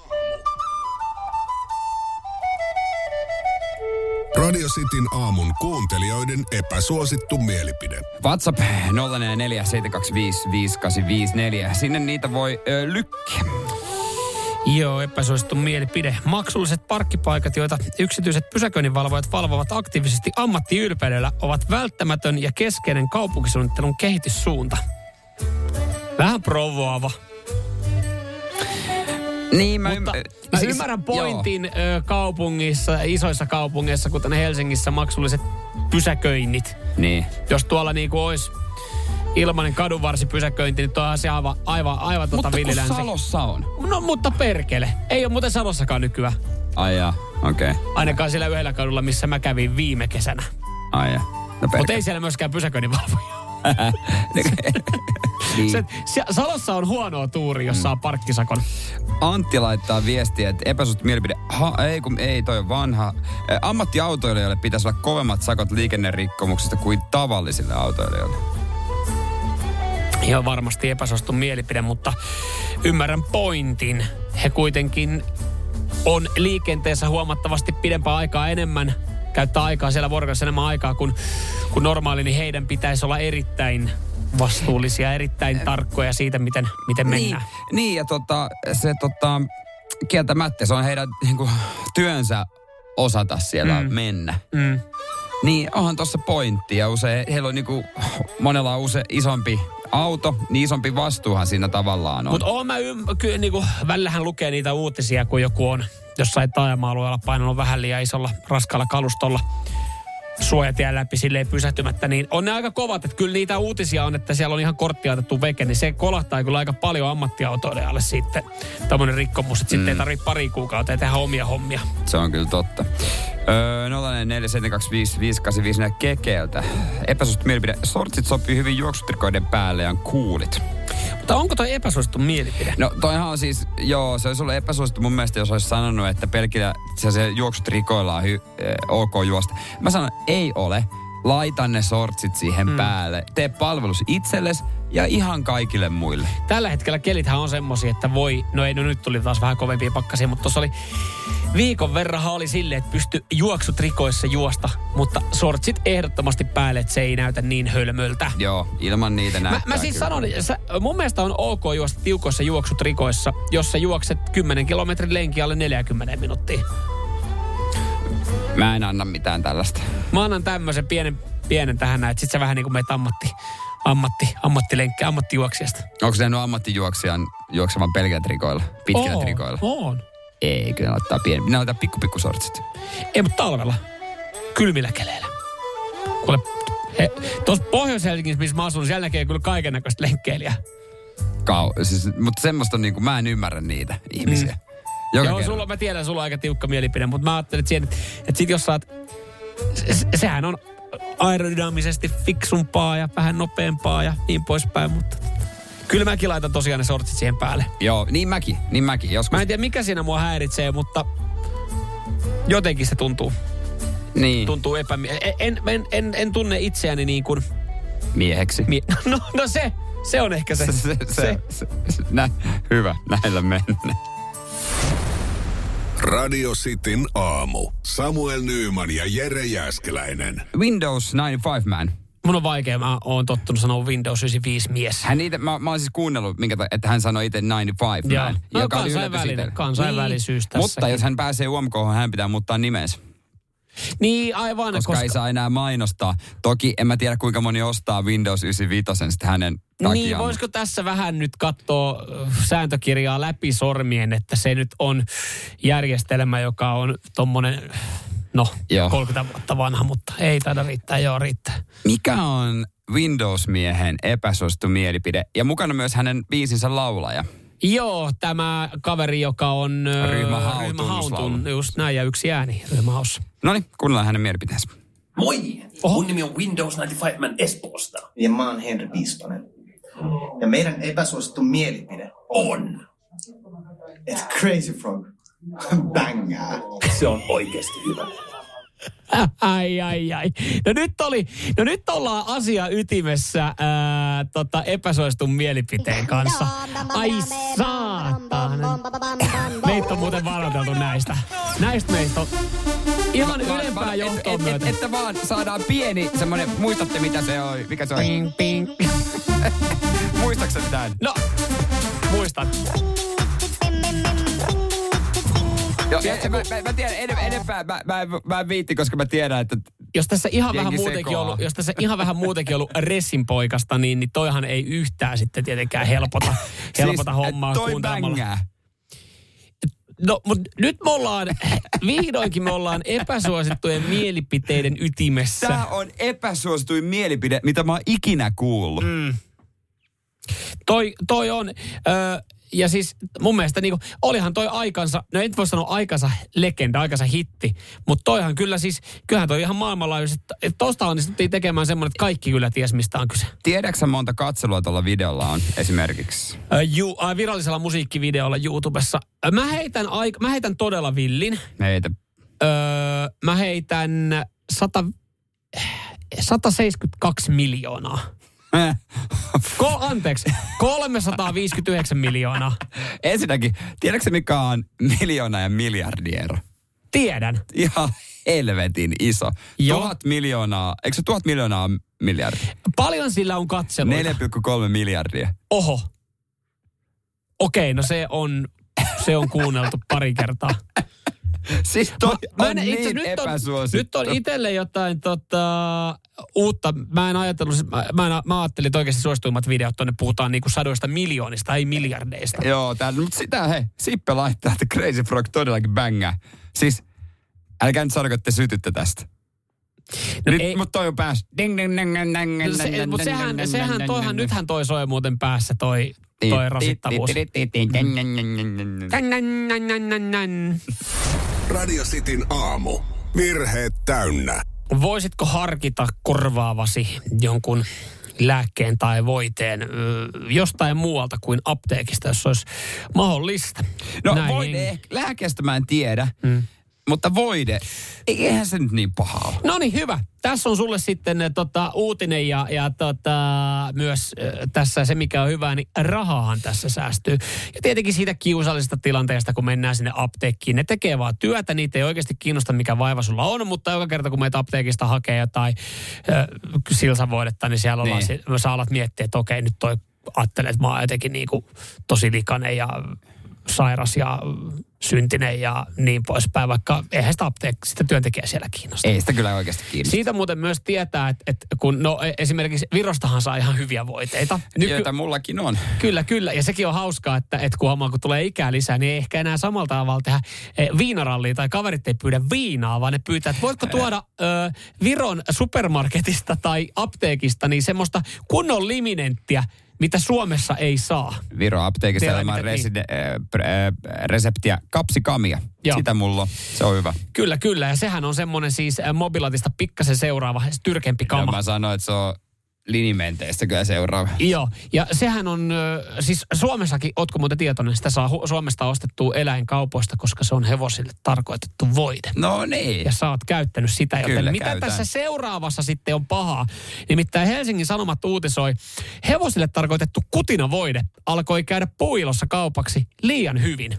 Radio Cityn aamun kuuntelijoiden epäsuosittu mielipide. WhatsApp nolla neljä neljä seitsemän kaksi viisi viisi kahdeksan viisi neljä. Sinne niitä voi ö, lykkiä. Joo, epäsuosittu mielipide. Maksulliset parkkipaikat, joita yksityiset pysäköinninvalvojat valvovat aktiivisesti ammattiylpeydellä, ovat välttämätön ja keskeinen kaupunkisuunnittelun kehityssuunta. Vähän provoava. Niin, mä, Mutta ymm... mä ymmärrän pointin ö, kaupungissa, isoissa kaupungeissa, kuten Helsingissä, maksulliset pysäköinnit. Niin. Jos tuolla niinku olisi ilmainen kadunvarsipysäköinti, niin toi on se aivan, aivan, aivan tota villilänsi. Mutta kun Salossa on. No mutta perkele. Ei ole muuten Salossakaan nykyään. Ai jaa, okei. Okay. Ainakaan siellä yhdellä kadulla, missä mä kävin viime kesänä. Ai jaa. No mutta ei siellä myöskään pysäköinninvalvoja. niin. Se, se, Salossa on huonoa tuuri, jos mm. saa parkkisakon. Antti laittaa viestiä, että epäsuosittu mielipide. Ha, ei kun ei, toi on vanha. Ammattiautoilijoille pitäisi olla kovemmat sakot liikennerikkomuksista kuin tavallisille autoilijoille. Joo, varmasti epäsuosittu mielipide, mutta ymmärrän pointin. He kuitenkin on liikenteessä huomattavasti pidempää aikaa enemmän, käyttää aikaa siellä vuorokaudessa enemmän aikaa kuin, kuin normaali, niin heidän pitäisi olla erittäin vastuullisia, erittäin tarkkoja siitä, miten, miten mennään. Niin, niin ja tota, se tota, kieltämättä se on heidän niin kuin, työnsä osata siellä mm. mennä. Mm. Niin, onhan tuossa pointti. Ja usein, heillä on niinku, monella on usein isompi auto, niin isompi vastuuhan siinä tavallaan on. Mutta oon mä ym- kyllä niinku, välillähän lukee niitä uutisia, kun joku on jossain taajama-alueella painanut vähän liian isolla raskaalla kalustolla suojatien läpi silleen pysähtymättä, niin on ne aika kovat, että kyllä niitä uutisia on, että siellä on ihan korttia otettu veke, niin se kolahtaa kyllä aika paljon ammattiautoilijalle sitten tämmöinen rikkomus, että mm. sitten ei tarvitse pari kuukautta tehdä omia hommia. Se on kyllä totta. Öö, nolla neljä seitsemän kaksi viisi viisi kahdeksan viisi Kekeeltä. Epäsuosittu mielipide. Sortsit sopii hyvin juoksutrikoiden päälle ja on kuulit. Mutta onko toi epäsuosittu mielipide? No toihan on siis, joo, se olisi ollut epäsuosittu mun mielestä, jos olisi sanonut, että pelkillä se juoksutrikoilla on hy, eh, ok juosta. Mä sanon, ei ole. Laita ne sortsit siihen mm. päälle. Tee palvelus itsellesi ja ihan kaikille muille. Tällä hetkellä kelithän on semmosia, että voi, no ei, no nyt tuli taas vähän kovempia pakkasia, mutta tuossa oli viikon verran oli silleen, että pystyi juoksutrikoissa juosta, mutta sortsit ehdottomasti päälle, että se ei näytä niin hölmöltä. Joo, ilman niitä näyttää. Mä, mä siis kyllä. sanon, sä, mun mielestä on ok juosta tiukoissa juoksutrikoissa, jos sä juokset kymmenen kilometrin lenki alle neljäkymmentä minuuttia. Mä en anna mitään tällaista. Mä annan tämmöisen pienen, pienen tähän näin, että sit sä vähän niin kuin meet ammatti, ammatti, ammattilenkki, ammattijuoksijasta. Onko se nähnyt ammattijuoksijan juoksevan pelkillä trikoilla, pitkillä Oo, trikoilla? On. Ei, kyllä laittaa pieni. Minä laitan pikku pikku sortsit. Ei, mutta talvella. Kylmillä keleillä. Kuule, he, tuossa Pohjois-Helsingissä, missä mä asun, siellä näkee kyllä kaiken näköistä lenkkeilijää. Kau, siis, mutta semmoista on niin kuin, mä en ymmärrä niitä ihmisiä. Mm. Joka Joo, sulla, mä tiedän, sulla on aika tiukka mielipide, mutta mä ajattelin, että, siihen, että, että sit jos saat, se, sehän on aerodynaamisesti fiksumpaa ja vähän nopeampaa ja niin poispäin, mutta kyllä mäkin laitan tosiaan ne sortsit siihen päälle. Joo, niin mäkin, niin mäkin. Joskus... Mä en tiedä, mikä siinä mua häiritsee, mutta jotenkin se tuntuu. Niin. Tuntuu epämie... En, en, en, en tunne itseäni niin kuin... Mieheksi. Mie... No, no se, se on ehkä se. se, se, se. se, se nä, hyvä, näillä mennään. Radio Cityn aamu. Samuel Nyyman ja Jere Jääskeläinen. Windows yhdeksänkymmentäviisi Man. Mun on vaikea, mä oon tottunut sanoa Windows yhdeksänkymmentäviisi mies. Hän ite, mä, mä oon siis kuunnellut, minkä, että hän sanoi itse yhdeksänkymmentäviisi Joo. Man. No, joka kansainvälinen, kansainvälisyys niin, tässäkin. Mutta jos hän pääsee U M K:hon, hän pitää muuttaa nimensä. Niin, aivan. Koska, koska ei saa enää mainostaa. Toki en mä tiedä, kuinka moni ostaa Windows yhdeksänkymmentäviisi sitten hänen takiaan. Niin, voisiko tässä vähän nyt katsoa sääntökirjaa läpi sormien, että se nyt on järjestelmä, joka on tommonen, no, joo. kolmekymmentä vuotta vanha, mutta ei taida riittää, joo riittää. Mikä on Windows-miehen epäsuosittu mielipide? Ja mukana myös hänen biisinsä laulaja. Joo, tämä kaveri, joka on Ryhmähaun, just näin, ja yksi ääni Ryhmähaussa. Noniin, kuunnellaan hänen mielipiteensä. Moi! Oho. Mun nimi on Windows yhdeksänkymmentäviisi Man Espoosta. Ja mä oon Henri Piispanen. Ja meidän epäsuosittu mielipide on, että Crazy Frog bängää. Se on oikeasti hyvä. Ai, ai, ai. No nyt oli, no nyt ollaan asia ytimessä ää, tota, epäsuositun mielipiteen kanssa. Ai saatana. Meitä on muuten varoiteltu näistä. Näistä meistä on ihan ylempää johtoon myöten. Että vaan saadaan pieni semmonen, muistatte mitä se on, mikä se on? Ping, ping. Muistatko tämän? No, muistan. Joo, en, mä, mä, mä tiedän en, enempää, mä, mä, mä en viitti, koska mä tiedän, että jos tässä ihan vähän muutenkin ollut, jos tässä ihan vähän muutenkin ollut Ressin poikasta, niin, niin toihan ei yhtään sitten tietenkään helpota, helpota siis, hommaa toi kuuntelemalla. Bängää. No, mutta nyt me ollaan, vihdoinkin me ollaan epäsuosittujen mielipiteiden ytimessä. Tämä on epäsuosituin mielipide, mitä mä oon ikinä kuullut. Mm. Toi, toi on... Ö, ja siis mun mielestä niinku, olihan toi aikansa, no en voi sanoa aikansa legenda, aikansa hitti, mutta toihan kyllä siis, kyllähän toi ihan maailmanlaajuisesti, että tosta onnistuttiin tekemään semmoinen, että kaikki kyllä ties mistä on kyse. Tiedätkö monta katselua tuolla videolla on esimerkiksi? Äh, ju, äh, virallisella musiikkivideolla YouTubessa. Äh, mä, heitän aik, mä heitän todella villin. Heitä. Öö, mä heitän sata, sata seitsemänkymmentäkaksi miljoonaa. Ko, anteeksi, kolmesataaviisikymmentäyhdeksän miljoonaa. Ensinnäkin, tiedätkö mikä on miljoona ja miljardiero? Tiedän. Ihan helvetin iso. Joo. Tuhat miljoonaa, eikö se tuhat miljoonaa on miljardi? Paljon sillä on katseluita? neljä pilkku kolme miljardia. Oho. Okei, no se on, se on kuunneltu pari kertaa. Siis toi mä, on mä niin itse, nyt on, epäsuosittu. nyt on itselle jotain tota, uutta. Mä en ajatellut, mä, mä, en, mä ajattelin, että oikeasti suosituimmat videot tonne puhutaan niinku sadoista miljoonista, ei miljardeista. Joo, tää, mutta sitä hei, Sippe laittaa, että Crazy Frog todellakin bängää. Siis, älkää nyt sanoko, että te sytytte tästä. No nyt, ei, mutta toi on päässä. Ding, ding, ding, ding, ding, no se, mutta sehän, sehän toihan, nythän toi soi muuten päässä toi, toi rasittavuus. Radio Cityn aamu. Virheet täynnä. Voisitko harkita korvaavasi jonkun lääkkeen tai voiteen ö, jostain muualta kuin apteekista, jos olisi mahdollista? No Näin. voide, ehkä, lääkeestä mä en tiedä, hmm. mutta voide, eihän se nyt niin paha ole. No niin, hyvä. Tässä on sulle sitten tota, uutinen ja, ja tota, myös äh, tässä se, mikä on hyvä, niin rahahan tässä säästyy. Ja tietenkin siitä kiusallisesta tilanteesta, kun mennään sinne apteekkiin. Ne tekee vaan työtä, niitä ei oikeasti kiinnosta, mikä vaiva sulla on, mutta joka kerta, kun meitä apteekista hakee jotain äh, silsavoidetta, niin siellä ollaan, niin. Si- sä alat miettiä, että okei, nyt toi ajattelee, että mä oon jotenkin niinku tosi likainen ja sairas ja syntinen ja niin poispäin, vaikka eihän sitä apteek- sitä työntekijää siellä kiinnosta. Ei sitä kyllä oikeasti kiinnosta. Siitä muuten myös tietää, että, että kun no esimerkiksi Virostahan saa ihan hyviä voiteita. Nyky- Joita mullakin on. Kyllä, kyllä. Ja sekin on hauskaa, että, että kun, kun tulee ikää lisää, niin ei ehkä enää samalla tavalla tehdä viinarallia tai kaverit ei pyydä viinaa, vaan ne pyytää, että voitko tuoda ö, Viron supermarketista tai apteekista niin semmoista kunnon liminenttiä, mitä Suomessa ei saa. Viro apteekissa ilman niin. reside, äh, reseptiä kapsikamia. Joo. Sitä mulla on. Se on hyvä. Kyllä, kyllä. Ja sehän on semmoinen siis Mobilatista pikkasen seuraava, tyrkempi kama. Joo, mä sanoin, että se on linimenteistä kyllä seuraava. Joo, ja sehän on, siis Suomessakin, ootko muuten tietoinen, sitä saa Suomesta ostettua eläinkaupoista, koska se on hevosille tarkoitettu voide. No niin. Ja sä oot käyttänyt sitä, joten kyllä, mitä käytän. tässä seuraavassa sitten on pahaa? Nimittäin Helsingin Sanomat uutisoi, hevosille tarkoitettu kutinavoide alkoi käydä puilossa kaupaksi liian hyvin.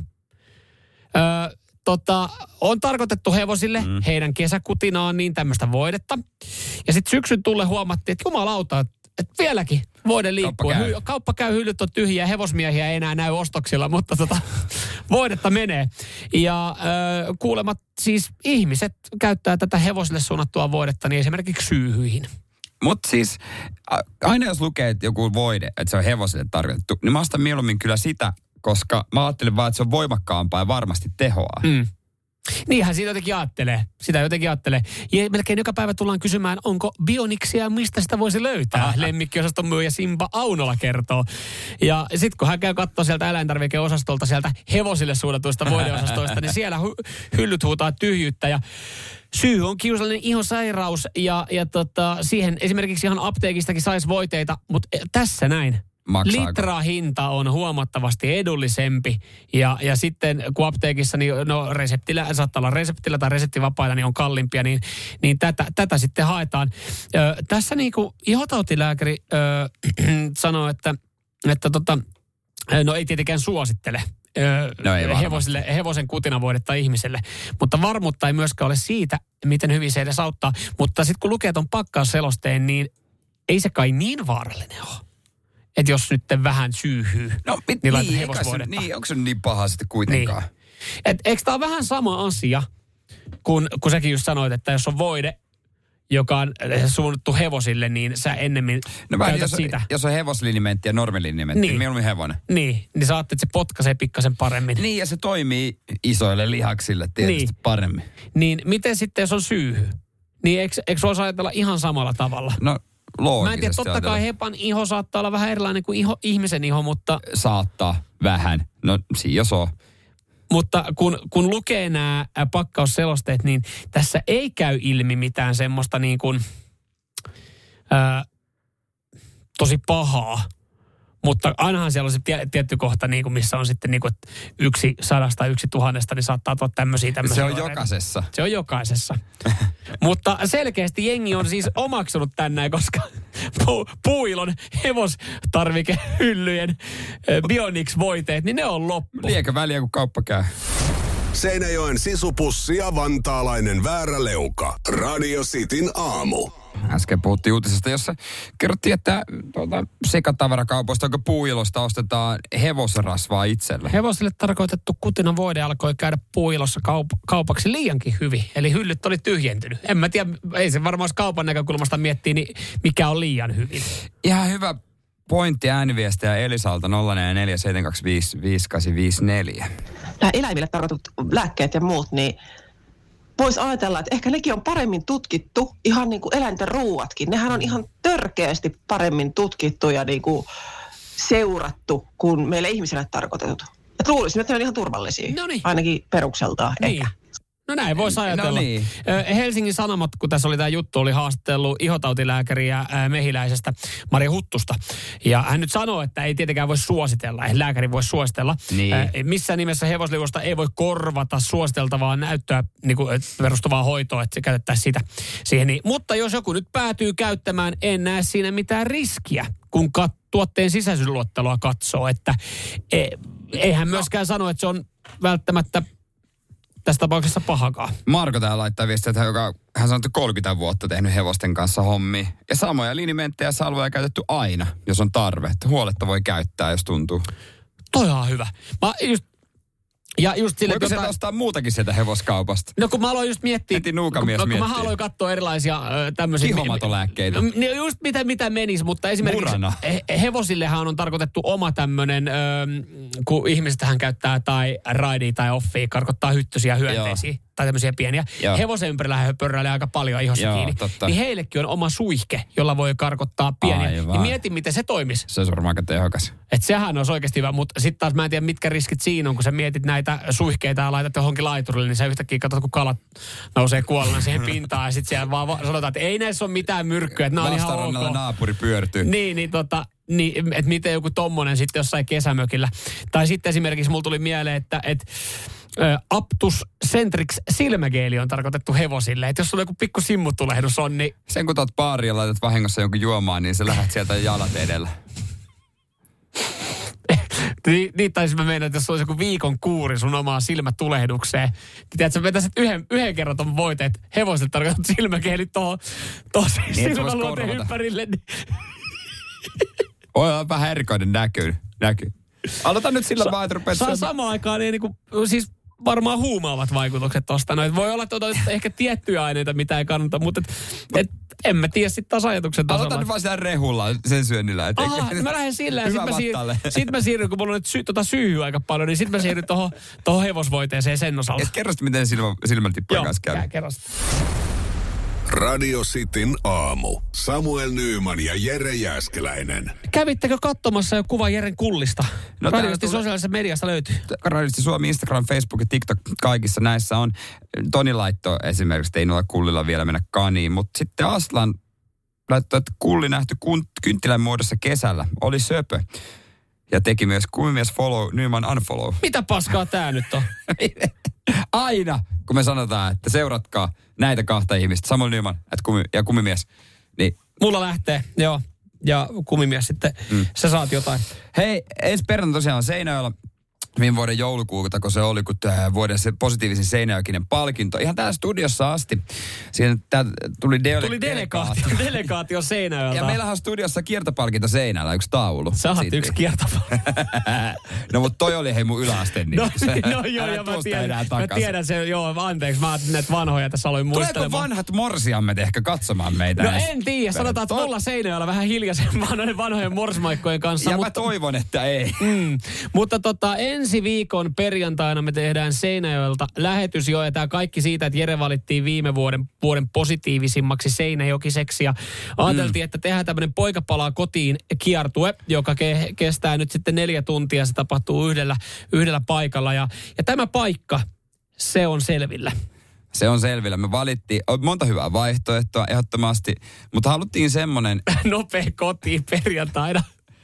Öö, Tota, on tarkoitettu hevosille, mm. heidän kesäkutinaan niin tämmöistä voidetta. Ja sitten syksyn tulle huomattiin, että jumalauta, että vieläkin voide liikkuu. Kauppa käy, Hy- kauppa käy hyllyt on tyhjiä, hevosmiehiä ei enää näy ostoksilla, mutta tota, voidetta menee. Ja ö, kuulemat siis ihmiset käyttää tätä hevosille suunnattua voidetta niin esimerkiksi syyhyihin. Mutta siis aina jos lukee, että joku voide, että se on hevosille tarkoitettu, niin mä ostan mieluummin kyllä sitä, koska mä ajattelin vaan, että se on voimakkaampaa ja varmasti tehoaa. Mm. Niinhän siitä jotenkin ajattelee. Sitä jotenkin ajattelee. Ja melkein joka päivä tullaan kysymään, onko bioniksia, mistä sitä voisi löytää. Lemmikkiosaston myyjä Simba Aunola kertoo. Ja sitten kun hän käy katsoa sieltä eläintarvikeosastolta, sieltä hevosille suunnatuista voideosastoista, niin siellä hy- hyllyt huutaa tyhjyyttä. Ja syy on kiusallinen ihosairaus. Ja, ja tota, siihen esimerkiksi ihan apteekistakin saisi voiteita, mutta tässä näin. Maksaako? Litrahinta on huomattavasti edullisempi ja, ja sitten kun apteekissa, niin no reseptillä, saattaa olla reseptillä tai reseptivapailla, niin on kalliimpia, niin, niin tätä, tätä sitten haetaan. Ö, tässä niin kuin ihotautilääkäri ö, sanoo, että, että tota, no ei tietenkään suosittele ö, no ei hevosille, hevosen kutinavoidetta ihmiselle, mutta varmuutta ei myöskään ole siitä, miten hyvin se edes auttaa. Mutta sitten kun lukee ton pakkausselosteen, niin ei se kai niin vaarallinen ole. Että jos nyt vähän syyhyy, no, mit, niin laitat niin, hevosvoidetta. Niin, onko se niin paha sitten kuitenkaan? Niin. Et, eikö tämä ole vähän sama asia, kun, kun säkin just sanoit, että jos on voide, joka on suunnattu hevosille, niin sä ennemmin no, käytät jos, sitä. Jos on hevoslinimentti ja normilinimentti, niin mieluummin hevonen. Niin, niin sä ajattelet, että se potkaisee pikkasen paremmin. Niin, ja se toimii isoille lihaksille tietysti niin. paremmin. Niin, miten sitten, jos on syyhy? Niin eikö, eikö voisi ajatella ihan samalla tavalla? No, loogisesti. Mä en tiedä, totta kai hepan iho saattaa olla vähän erilainen kuin iho, ihmisen iho, mutta... Saattaa, vähän. No, siinä jos on. Mutta kun, kun lukee nämä pakkausselosteet, niin tässä ei käy ilmi mitään semmoista niin kuin, ää, tosi pahaa. Mutta ainahan siellä on se tietty kohta, niin kuin missä on sitten niin kuin, että yksi sadasta, yksi tuhannesta, niin saattaa tulla tämmöisiä tämmöisiä. Se on oireita. Jokaisessa. Se on jokaisessa. Mutta selkeästi jengi on siis omaksunut tänään, koska pu- Puilon hevostarvikehyllyjen Bionix-voiteet, niin ne on loppu. Liekö väliä, kun kauppa käy. Seinäjoen sisupussi ja vantaalainen vääräleuka. Radio Cityn aamu. Äsken puhuttiin uutisesta, jossa kerrottiin, että tuota, sekatavarakaupoista, jonka Puuilosta ostetaan hevosrasvaa itselle. Hevosille tarkoitettu kutinavoide alkoi käydä Puuilossa kaup- kaupaksi liiankin hyvin. Eli hyllyt oli tyhjentynyt. En mä tiedä, ei se varmaan kaupan näkökulmasta miettii, niin mikä on liian hyvin. Ihan hyvä pointti ääniviestiä Elisalta nolla neljä seitsemän kaksi viisi viisi kahdeksan viisi neljä. Nämä eläimille tarkoitut lääkkeet ja muut, niin voisi ajatella, että ehkä nekin on paremmin tutkittu, ihan niin kuin eläinten ruuatkin. Nehän on ihan törkeästi paremmin tutkittu ja niin kuin seurattu kuin meille ihmisille tarkoitetut. Että luulisin, että ne on ihan turvallisia, Noniin. Ainakin perukseltaan Niin. ehkä. No näin voisi ajatella. No niin. Helsingin Sanomat, kun tässä oli tämä juttu, oli haastattellut ihotautilääkäriä Mehiläisestä Maria Huttusta. Ja hän nyt sanoo, että ei tietenkään voi suositella, ei lääkäri voi suositella. Niin. Missään nimessä hevosliuosta ei voi korvata suositeltavaa näyttöä niin kuin perustuvaa hoitoa, että se käytettäisiin sitä siihen. Niin. Mutta jos joku nyt päätyy käyttämään, en näe siinä mitään riskiä, kun kat- tuotteen sisäisyysluottelua katsoo. Että e, eihän myöskään sano, että se on välttämättä tässä tapauksessa pahakaan. Marko täällä laittaa viestiä, että joka, hän sanoi, että kolmekymmentä vuotta tehnyt hevosten kanssa hommia. Ja samoja linimenttejä ja salvoja käytetty aina, jos on tarve. Että huoletta voi käyttää, jos tuntuu. Toi on hyvä. Mä just, ja just sille, voiko tota, sieltä ostaa muutakin sieltä hevoskaupasta? No kun mä aloin just miettiä. Heti nuukamies kun, kun mä miettii. aloin katsoa erilaisia ö, tämmöisiä. Kihomatolääkkeitä. No just mitä, mitä menisi, mutta esimerkiksi he, hevosillehan on tarkoitettu oma tämmöinen, kun ihmisethän käyttää tai raidia tai offia, karkottaa hyttysiä hyönteisiä. Joo. Tai tämmöisiä pieniä. Joo. Hevosen ympärillä pörräilee aika paljon ihossa Joo, kiinni. Totta. Niin heillekin on oma suihke, jolla voi karkottaa pieniä. Aivan. Niin mieti, miten se toimisi. Se olisi varmaan aika tehokas. Että sehän olisi oikeasti hyvä, mutta sitten taas mä en tiedä, mitkä riskit siinä on, kun sä mietit näitä suihkeita ja laitat johonkin laiturille, niin sä yhtäkkiä katsot, kun kalat nousee kuolleena siihen pintaan ja sitten siellä vaan sanotaan, että ei näissä ole mitään myrkkyä, että nämä on ihan ok. Naapuri pyörtyy. Niin, niin tota... Niin, että miten joku tommonen sitten jossain kesämökillä. Tai sitten esimerkiksi mulla tuli mieleen, että et, ä, Aptus Centrix silmägeeli on tarkoitettu hevosille. Että jos sulla joku pikku simmutulehdus on, niin... Sen kun tuot baariin ja laitat vahingossa jonkun juomaan, niin se lähdet sieltä jalat edellä. niin, niin taisi mä meinaan, että jos olisi joku viikon kuuri sun omaan silmätulehdukseen. Niin tiedät, sä vetäisit yhden, yhden kerran ton voiteet hevosille tarkoitettu silmägeeli tuohon niin, silmäluoteen ympärille. Niin... On vähän erikoinen näky. näky. Aloita nyt sillä vaan, että rupeat... Saa samaan aikaan niin kuin, siis varmaan huumaavat vaikutukset tosta. No, voi olla tuota, ehkä tiettyjä aineita, mitä ei kannata, mutta et, et, en mä tiedä sitten taas ajatuksen tasolla. Aloita nyt vaan sitä rehulla sen syönnillä. Et Aha, mä lähden sillä ja sitten mä, siir- sit mä siirryn, kun mulla on nyt sy- tota syyhyä aika paljon, niin sitten mä siirryn tohon, tohon hevosvoiteeseen sen osalla. Et kerro sitten, miten silmä, silmältippujen kanssa käy. Joo, kerro Radio Cityn aamu. Samuel Nyyman ja Jere Jääskeläinen. Kävittekö katsomassa jo kuva Jeren kullista? No, radiosti tuli... sosiaalisessa mediasta löytyy. Radiosti Suomi, Instagram, Facebook ja TikTok, kaikissa näissä on. Toni laitto esimerkiksi, ei noilla kullilla vielä mennä kaniin, mutta sitten Aslan laittoi, että kulli nähty kynttilän muodossa kesällä. Oli söpö. Ja teki myös kumimies follow, Nyman unfollow. Mitä paskaa tää nyt on? Aina, kun me sanotaan, että seuratkaa näitä kahta ihmistä, Samuel Nyman et kumi, ja kumimies, niin... Mulla lähtee, joo. Ja kumimies sitten, mm. sä saat jotain. Hei, ensi perjantai tosiaan Seinäjoella viime vuoden joulukuuta, kun se oli, kun vuoden se positiivisen Seinäjokinen palkinto. Ihan täällä studiossa asti. Siinä tää tuli, de- tuli delegaatio. Delegaatio Seinäjoelta. Ja meillähän on studiossa kiertopalkinto Seinäjällä, yksi taulu. Sä oot yksi kiertopalkinto. No mutta toi oli hei mun yläasteen nimi. No, no joo, ja mä tiedän, mä tiedän se, joo, anteeksi, mä ajattelin näitä vanhoja tässä aloin muistelemaan. Tuleeko vanhat morsiammet ehkä katsomaan meitä? No en tiedä, sanotaan, että mulla Seinäjoella vähän hiljaisempaa noiden vanhojen morsmaikkojen kanssa. Ja mutta, mä toivon, että ei. Mm, mutta tota, ensi ensi viikon perjantaina me tehdään Seinäjoelta lähetys jo. Ja tämä kaikki siitä, että Jere valittiin viime vuoden, vuoden positiivisimmaksi seinäjokiseksi. Ja ajateltiin, mm. että tehdään tämmöinen poika palaa kotiin kiertue, joka ke- kestää nyt sitten neljä tuntia. Se tapahtuu yhdellä, yhdellä paikalla. Ja, ja tämä paikka, se on selvillä. Se on selvillä. Me valittiin monta hyvää vaihtoehtoa ehdottomasti, mutta haluttiin semmoinen... Nopea kotiin perjantaina.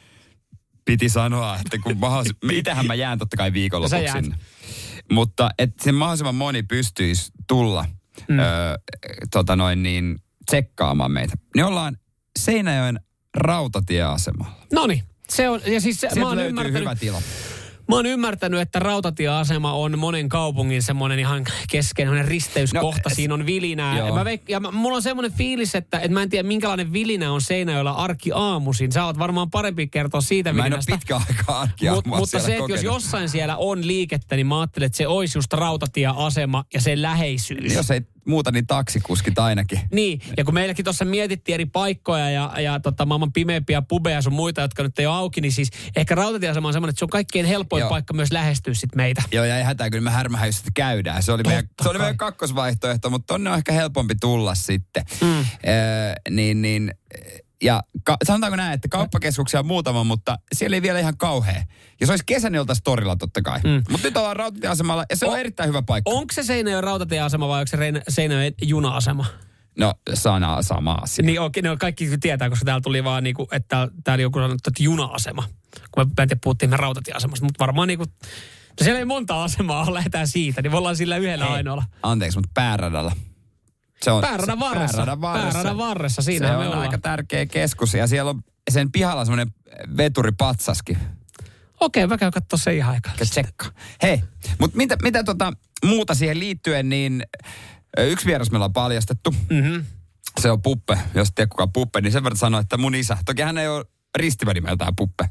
Piti sanoa, että kun mahdollisimman... Itähän mä jään totta kai viikonlopuksi sinne. Mutta että sen mahdollisimman moni pystyisi tulla mm. öö, tota noin niin, tsekkaamaan meitä. Niin ollaan Seinäjoen rautatieasemalla. Noniin. Se on, ja siis sieltä mä oon löytyy ymmärtänyt, hyvä tila. Mä oon ymmärtänyt, että rautatieasema on monen kaupungin semmoinen ihan keskeinen risteyskohta. No, siinä on vilinää. Ja, mä veik- ja mä, mulla on semmoinen fiilis, että, että mä en tiedä minkälainen vilinä on Seinäjoella arkiaamuisin. Sä oot varmaan parempi kertoa siitä mä vilinästä. Mä en ole pitkä aikaa arkiaamua Mut, Mutta se, että jos jossain siellä on liikettä, niin mä ajattelen, että se olisi just rautatieasema ja sen läheisyys. Niin jos ei muuta, niin taksikuskit ainakin. Niin, ja kun meilläkin tuossa mietittiin eri paikkoja ja, ja tota, maailman pimeimpiä pubeja sun muita, jotka nyt ei ole auki, niin siis ehkä rautatieasema on semmoinen, että se on kaikkein helpoin Joo. paikka myös lähestyä sit meitä. Joo, ja ei hätää, kyllä me härmähäissä käydään. Se oli, meidän, se oli meidän kakkosvaihtoehto, mutta tonne on ehkä helpompi tulla sitten. Mm. Öö, niin, niin, ja ka, sanotaanko näin, että kauppakeskuksia on muutama, mutta siellä ei vielä ihan kauhea. Jos olisi kesä, niin oltaisiin torilla totta kai. Mm. Mutta nyt ollaan rautatieasemalla ja se on, on erittäin hyvä paikka. Onko se Seinäjoen rautatieasema vai onko se Seinäjoen juna-asema? No, sana, sama asia. Niin okay, no kaikki tietää, koska täällä tuli vaan niinku, että täällä joku sanoi, että juna-asema. Kun me päätin puhuttiin me rautatieasemasta, mutta varmaan niinku, no siellä ei monta asemaa, lähdetään siitä, niin me ollaan sillä yhdellä Hei, ainoalla. Anteeksi, mutta pääradalla. Se on, pääradan varressa. Pääradan varressa. Pääradan varressa, siinä me ollaan. Se on aika tärkeä keskus ja siellä on sen pihalla semmoinen veturipatsaskin. Okei, mä käyn katsoa sen ihan aikaa. Tsekka. Hei, mutta mitä, mitä tota muuta siihen liittyen, niin yksi vieras meillä on paljastettu. Mm-hmm. Se on Puppe, jos tiedät kuka Puppe, niin sen verran sanoa, että mun isä. Toki hän ei ole ristivänimeltään Puppe.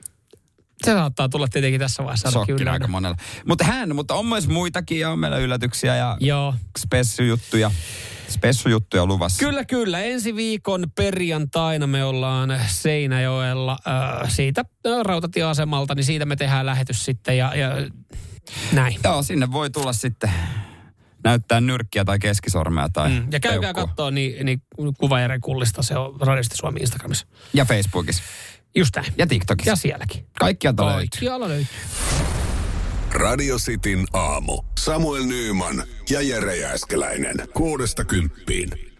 Se saattaa tulla tietenkin tässä vaiheessa. Sokkina aika monella. Mutta hän, mutta on myös muitakin ja on meillä yllätyksiä ja Joo. spessujuttuja. Spessujuttuja luvassa. Kyllä, kyllä. Ensi viikon perjantaina me ollaan Seinäjoella äh, siitä äh, rautatieasemalta, niin siitä me tehdään lähetys sitten ja, ja näin. Joo, sinne voi tulla sitten näyttää nyrkkiä tai keskisormea tai mm. Ja käykää katsoa niin, niin kuva Jere Kullista, se on Radio City Suomi Instagramissa. Ja Facebookissa. Just näin. Ja TikTokissa. Ja sielläkin. Kaikkialta löytyy. Kaikkialla löytyy. Radio Cityn aamu. Samuel Nyyman ja Jere Jääskeläinen. Kuudesta kymppiin.